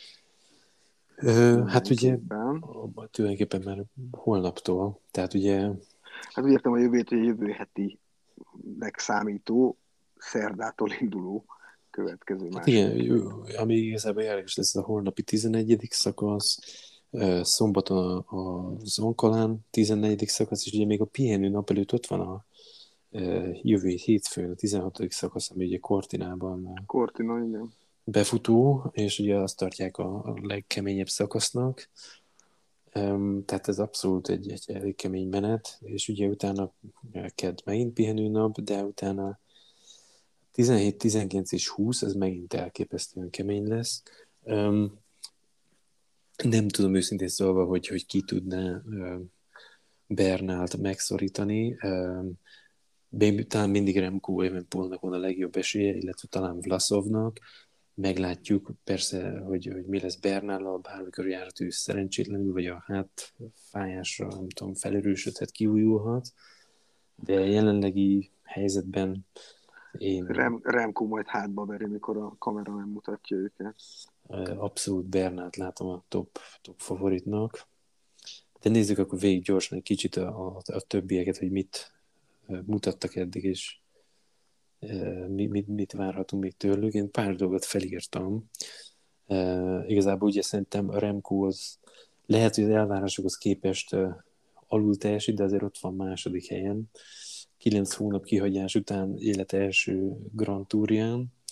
Ö, hát ugye tulajdonképpen már holnaptól, tehát ugye... Hát úgy értem a jövő hét, hogy a jövő heti számító szerdától induló következő hát másik. Igen, ami igazából érdekes lesz a holnapi tizennegyedik szakasz, szombaton az Onkalán tizennegyedik szakasz, és ugye még a pihenő nap előtt ott van a jövő hétfőn a tizenhatodik szakasz, ami ugye Cortinában Cortina, igen. befutó, és ugye azt tartják a legkeményebb szakasznak. Tehát ez abszolút egy, egy elég kemény menet, és ugye utána kedd megint pihenő nap, de utána tizenhét, tizenkilenc és húsz, ez megint elképesztően kemény lesz. Um, nem tudom őszintén szólva, hogy, hogy ki tudná um, Bernált megszorítani. Um, talán mindig Remco Evenepoelnak van a legjobb esélye, illetve talán Vlasovnak. Meglátjuk persze, hogy, hogy mi lesz Bernállal, bármikor járat ő szerencsétlenül, vagy a hátfájásra, nem tudom, felerősödhet, kiújulhat. De jelenlegi helyzetben én... Rem, Remco majd hátba veri, mikor a kamera nem mutatja őket. Abszolút Bernát látom a top, top favoritnak. De nézzük akkor végig gyorsan egy kicsit a, a, a többieket, hogy mit mutattak eddig, és mit, mit, mit várhatunk még tőlük. Én pár dolgot felírtam. Igazából ugye szerintem a Remco az lehet, hogy az elvárásokhoz képest alul teljesít, de azért ott van második helyen. Kilenc hónap kihagyás után élete első Grand Tourján.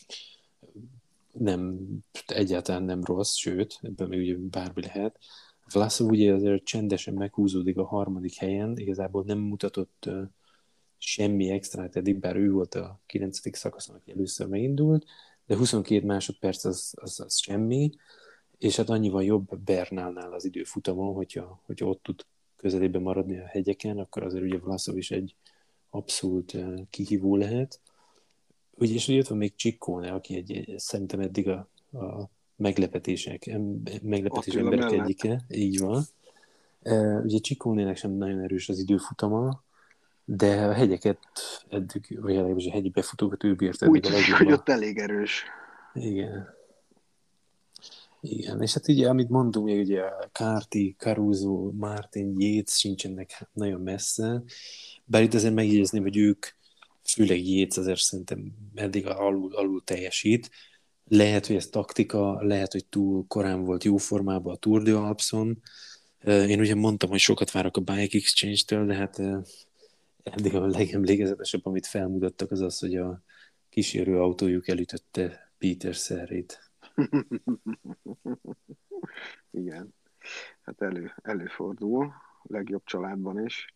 nem, egyáltalán nem rossz, sőt, ebben még ugye bármi lehet. Vlasov ugye azért csendesen meghúzódik a harmadik helyen, igazából nem mutatott uh, semmi extrát eddig, bár ő volt a kilencedik szakaszon, aki először megindult, de huszonkét másodperc az, az, az semmi, és hát annyival jobb Bernálnál az időfutamon, hogyha, hogyha ott tud közelében maradni a hegyeken, akkor azért ugye Vlasov is egy abszolút uh, kihívó lehet. Ugye, és ugye ott van még Ciccone, aki egy, egy, szerintem eddig a, a meglepetések, em, meglepetés Attila emberek mellett. egyike, így van. Uh, ugye Ciccone-nek sem nagyon erős az időfutama, de a hegyeket eddig, vagy legalábbis a hegyi befutókat ő bírt eddig Úgy a tűnik, hogy legjobban. ott elég erős. Igen. Igen, és hát ugye, amit mondunk, még ugye Kárti, Caruso, Martin, Yates sincsenek nagyon messze, bár itt azért megjegyezném, hogy ők, főleg Yates azért szerintem eddig alul, alul teljesít. Lehet, hogy ez taktika, lehet, hogy túl korán volt jó formában a Tour de Alpson. Én ugye mondtam, hogy sokat várok a Bike Exchange-től, de hát eddig a legemlékezetesebb, amit felmutattak, az az, hogy a kísérő autójuk elütötte Peter Szerrét. Igen, hát elő, előfordul, legjobb családban is.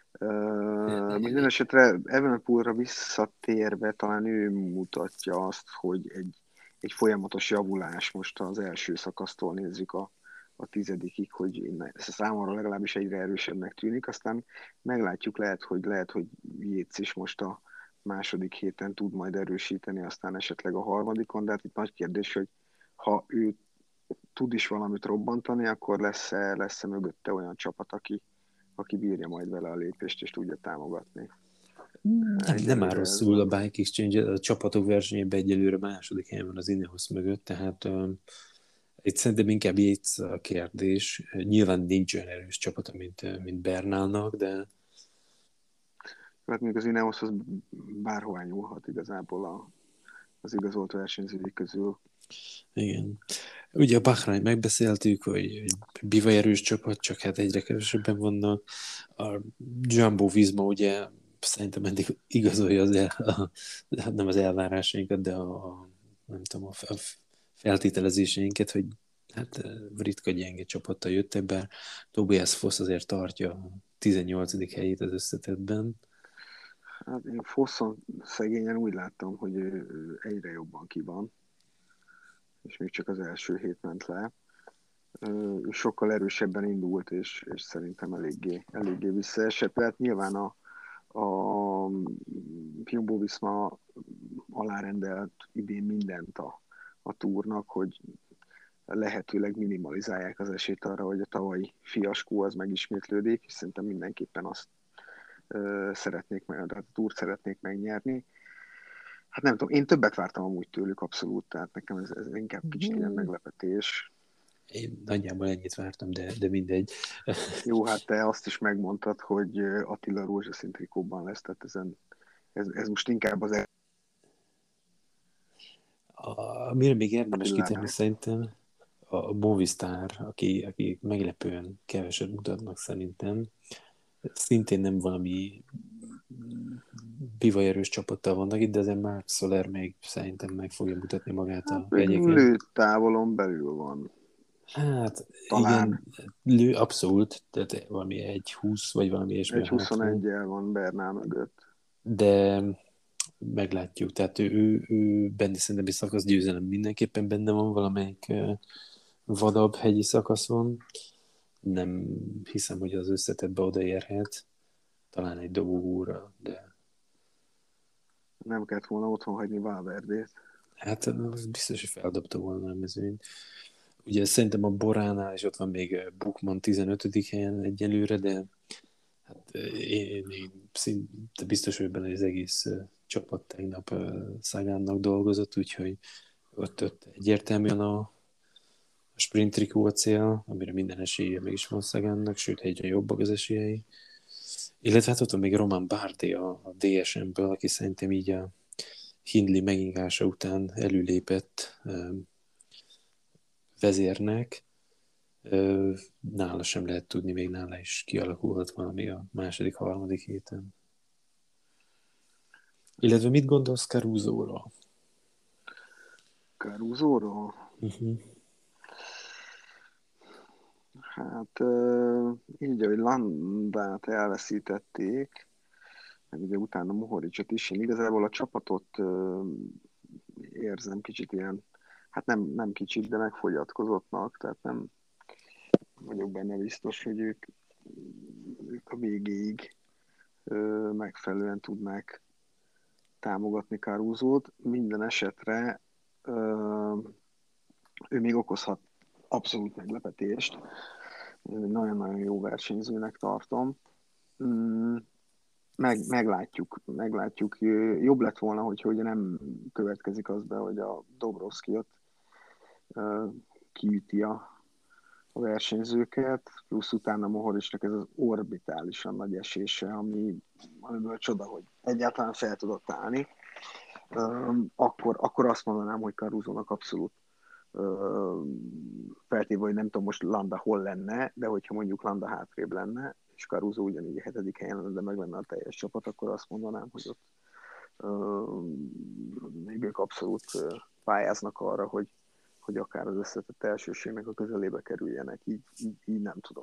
Uh, minden esetre Evenepoelra visszatérve talán ő mutatja azt, hogy egy, egy folyamatos javulás, most az első szakasztól nézzük a, a tizedikig, hogy innen, ez számomra legalábbis egyre erősebbnek tűnik, aztán meglátjuk, lehet, hogy lehet, hogy Yates is most a második héten tud majd erősíteni, aztán esetleg a harmadikon, de hát itt nagy kérdés, hogy ha ő tud is valamit robbantani, akkor lesz-e, lesz-e mögötte olyan csapat, aki, aki bírja majd vele a lépést, és tudja támogatni. Nem, nem áll Egyelőre ez rosszul a nem. Bike Exchange, a csapatok versenyében egyelőre második helyen van az Ineos mögött, tehát um, itt szerintem inkább Yates a kérdés. Nyilván nincs olyan erős csapata, mint, mint Bernálnak, de Hát még az Ineos az bárhová nyúlhat igazából a, az igazolt versenyzői közül. igen. Ugye a Bahrain megbeszéltük, hogy bivaj erős csapat, csak hát egyre kevesebben vannak. A Jumbo Visma ugye szerintem eddig igazolja az el, a, nem az elvárásainkat, de a, a nem tudom, a, a feltételezéseinket, hogy hát ritka gyenge csapattal jöttek, bár Tobias Foss azért tartja a tizennyolcadik helyét az összetettben. Hát én Fosson szegényen úgy láttam, hogy ő, ő egyre jobban ki van, és még csak az első hét ment le. Ő sokkal erősebben indult, és, és szerintem eléggé, eléggé visszaesett. Tehát nyilván a, a Jumbo-Visma alárendelt idén mindent a, a túrnak, hogy lehetőleg minimalizálják az esélyt arra, hogy a tavalyi fiaskó az megismétlődik, és szerintem mindenképpen azt ö, szeretnék meg, tehát a túrt szeretnék megnyerni. Hát nem tudom, én többet vártam amúgy tőlük abszolút, tehát nekem ez, ez inkább kicsit ilyen meglepetés. Én nagyjából ennyit vártam, de, de mindegy. Jó, hát te azt is megmondtad, hogy Attila rózsaszín trikóban lesz, tehát ezen, ez, ez most inkább az A, mire még érdemes kitérni Attilának. szerintem, a Movistar, aki, aki meglepően keveset mutatnak szerintem, szintén nem valami bivajerős csapattal vannak itt, de azért Marc Soler még szerintem meg fogja mutatni magát Hát a még hegyeken. lőtávolon belül van. Hát Talán igen, lő abszolút, tehát valami egy húsz vagy valami ilyesmi a egy hátul, huszonegyel van Bernál mögött. de meglátjuk, tehát ő, ő, ő benne szerintem egy szakasz győzelem mindenképpen benne van valamelyik uh, vadabb hegyi szakaszon. Nem hiszem, hogy az összetettbe odaérhet. Talán egy dobogóra, de Nem kellett volna otthon hagyni Valverdét. hát az biztos, hogy feldobta volna a mezőnyt. Ugye szerintem a Boránál is ott van még Bukman tizenötödik helyen egyelőre, de hát én, én szinte biztos vagyok benne, hogy az egész csapat tegnap Szagánnak dolgozott, úgyhogy ott, ott egyértelműen a, a sprint trikó a cél, amire minden esélye meg is van Szagánnak, sőt egyre jobbak az esélyei. Illetve hát ott van még Roman Bardet a, a dé es em-ből, aki szerintem így a Hindley megingása után előlépett um, vezérnek. Uh, nála sem lehet tudni, még nála is kialakulhat valami a második, harmadik héten. Illetve mit gondolsz Caruso-ról? Caruso-ról? Uh-huh. Hát így, hogy Landát elveszítették, meg ugye utána Mohoricsot is, én igazából a csapatot érzem kicsit ilyen, hát nem, nem kicsit, de megfogyatkozottnak, tehát nem vagyok benne biztos, hogy ők, ők a végéig megfelelően tudnák támogatni Caruso-t. Minden esetre ő még okozhat abszolút meglepetést. Nagyon-nagyon jó versenyzőnek tartom. Meg, meglátjuk, meglátjuk. Jobb lett volna, hogyha ugye nem következik az be, hogy a Dobrovskijot kiüti a, a versenyzőket, plusz utána Mohoricsnak ez az orbitálisan nagy esése, ami, amiből csoda, hogy egyáltalán fel tudott állni. Akkor, akkor azt mondanám, hogy Caruso-nak abszolút feltéve, hogy nem tudom most Landa hol lenne, de hogyha mondjuk Landa hátrébb lenne, és Caruso ugyanígy a hetedik helyen lenne, de meg lenne a teljes csapat, akkor azt mondanám, hogy ott uh, még ők abszolút uh, pályáznak arra, hogy, hogy akár az összetett elsőségnek a közelébe kerüljenek. Így, így, így nem tudom.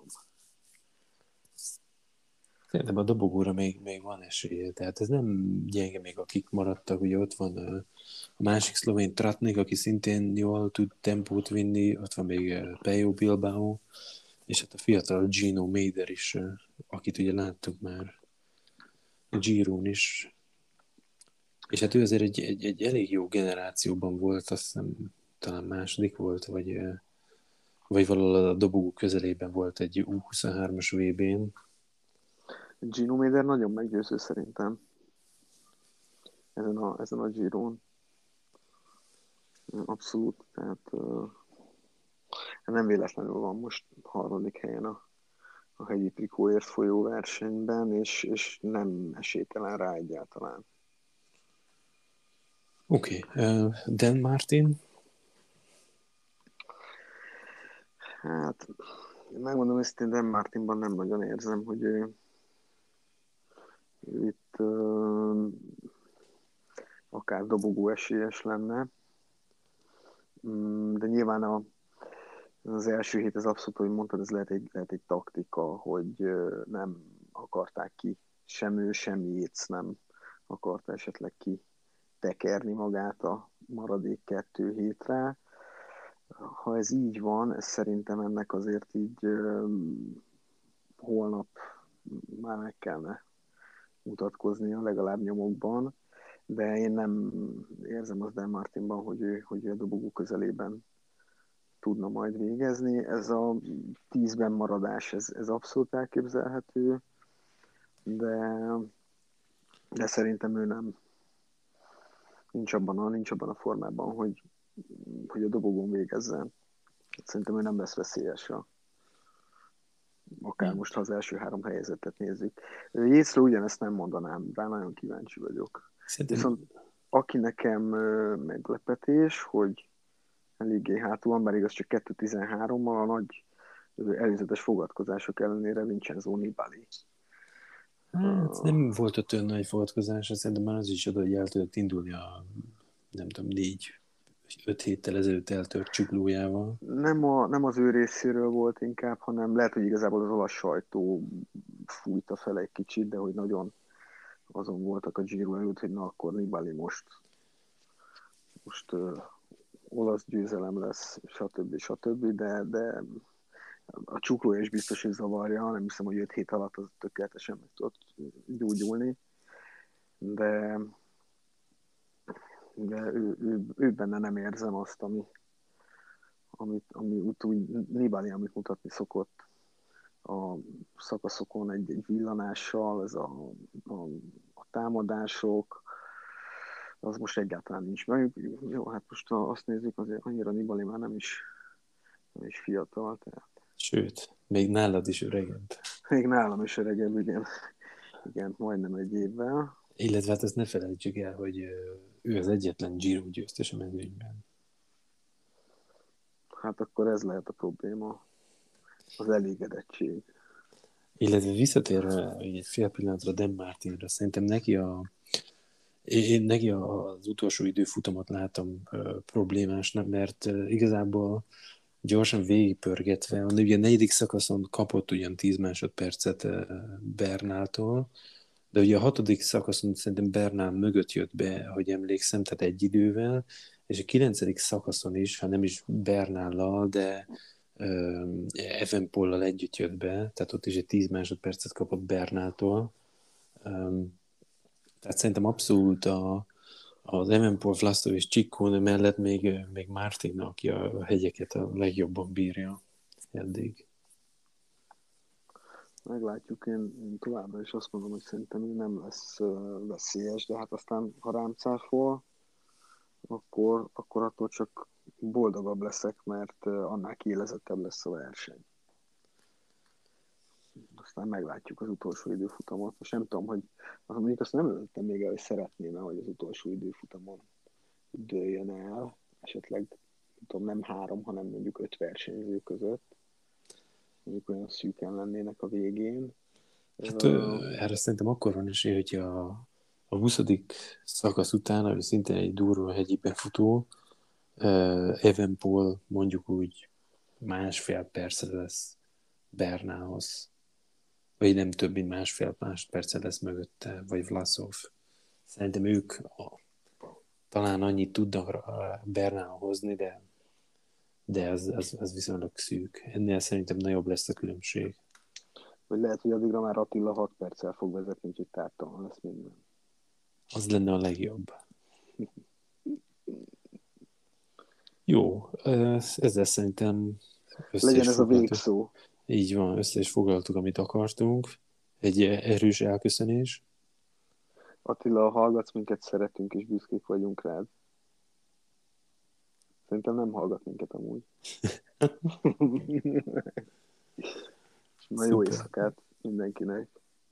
Szerintem a dobogóra még, még van esélye, tehát ez nem gyenge még, akik maradtak, ugye ott van a, a másik szlovén Tratnik, aki szintén jól tud tempót vinni, ott van még Pejo Bilbao, és hát a fiatal Gino Mader is, akit ugye láttuk már a Girón is, és hát ő azért egy, egy, egy elég jó generációban volt, azt hiszem talán második volt, vagy, vagy valahol a dobogó közelében volt egy U huszonhármas vé bén. Gino Mader nagyon meggyőző szerintem ezen a, ezen a Girón. Abszolút, tehát uh, nem véletlenül van most harmadik helyen a, a hegyi trikóért folyó versenyben, és, és nem esélytelen rá egyáltalán. Oké, okay. uh, Dan Martin? Hát, megmondom őszintén, Dan Martinban nem nagyon érzem, hogy ő, ő itt uh, akár dobogó esélyes lenne. De nyilván a, az első hét, az abszolút, hogy mondtad, ez lehet egy, lehet egy taktika, hogy nem akarták ki, sem ő, sem Jéz nem akarta esetleg ki tekerni magát a maradék kettő hétre. Ha ez így van, ez szerintem ennek azért így holnap már meg kellene mutatkoznia, legalább nyomokban, de én nem érzem az Dan Martinban, hogy ő, hogy ő a dobogó közelében tudna majd végezni. Ez a tízben maradás, ez, ez abszolút elképzelhető, de, de szerintem ő nem nincs abban a, nincs abban a formában, hogy, hogy a dobogón végezzen. Szerintem ő nem lesz veszélyes a akár most, ha az első három helyezettet nézzük. Jézről ugyanezt nem mondanám, rá nagyon kíváncsi vagyok. Szerintem... Viszont aki nekem meglepetés, hogy eléggé hátul van, bár igaz csak kettő tizenhárommal a nagy előzetes fogadkozások ellenére Vincenzo Nibali. Hát nem volt ott olyan nagy fogadkozás, szerintem már az is oda, hogy el tudott indulni a nem tudom, négy öt héttel ezelőtt eltört csuklójával. Nem, a, nem az ő részéről volt inkább, hanem lehet, hogy igazából az olasz sajtó fújta fel egy kicsit, de hogy nagyon azon voltak a Giro előtt, hogy na akkor Nibali most most uh, olasz győzelem lesz, stb. stb. De, de a csuklója is biztos, hogy zavarja, nem hiszem, hogy öt hét alatt az tökéletesen meg tudott gyógyulni, de, de ő, ő, ő benne nem érzem azt, ami, amit, ami úgy Nibali, amit mutatni szokott a szakaszokon egy, egy villanással, ez a, a, a támadások, az most egyáltalán nincs meg. Jó, hát most ha azt nézzük, azért annyira Nibali már nem is, nem is fiatal. Tehát... Sőt, még nálad is öregebb. Még nálam is öregebb, igen. Igen, majdnem egy évvel. Illetve hát ezt ne felejtsük el, hogy ő az egyetlen Giro győztes a mezőnyben. Hát akkor ez lehet a probléma. Az elégedettség. Illetve visszatérve egy fél pillanatra Dan Martinra, szerintem neki a Én neki az utolsó időfutamot látom uh, problémásnak, mert uh, igazából gyorsan végigpörgetve, ugye a negyedik szakaszon kapott ugyan tíz másodpercet uh, Bernáltól, de ugye a hatodik szakaszon szerintem Bernál mögött jött be, hogy emlékszem, tehát egy idővel, és a kilencedik szakaszon is, ha nem is Bernállal, de uh, Evenepoel-lal együtt jött be, tehát ott is egy tíz másodpercet kapott Bernáltól. Um, tehát szerintem abszolút a, az Evenepoel, Vlasov és Ciccone mellett még, még Martin, aki a hegyeket a legjobban bírja eddig. Meglátjuk, én, én továbbra is azt mondom, hogy szerintem ő nem lesz uh, veszélyes, de hát aztán, ha rám cáfol, akkor, akkor attól csak boldogabb leszek, mert uh, annál kiélezettebb lesz a verseny. Aztán meglátjuk az utolsó időfutamot. Most nem tudom, hogy mondjuk azt nem öltem még el, hogy szeretném, hogy az utolsó időfutamon dőljön el, esetleg tudom, nem három, hanem mondjuk öt versenyző között. Mondjuk olyan szűken lennének a végén. Hát uh, erre szerintem akkor van esély, hogy a, a huszadik szakasz után, ami szintén egy durva hegyi befutó, uh, Evenepoel mondjuk úgy másfél perce lesz Bernához, vagy nem több, mint másfél másodperce lesz mögötte, vagy Vlasov. Szerintem ők a, talán annyit tudnak Bernához hozni, de, de az, az, az viszonylag szűk. Ennél szerintem nagyobb lesz a különbség. Vagy lehet, hogy addigra már Attila hat perccel fog vezetni, úgyhogy tártalan lesz minden. Az lenne a legjobb. Jó, ezzel szerintem legyen ez a végszó. Így van, össze is foglaltuk, amit akartunk. Egy erős elköszönés. Attila, ha hallgatsz minket, szeretünk és büszkék vagyunk rád. Szerintem nem hallgat minket amúgy. Na jó éjszakát mindenkinek.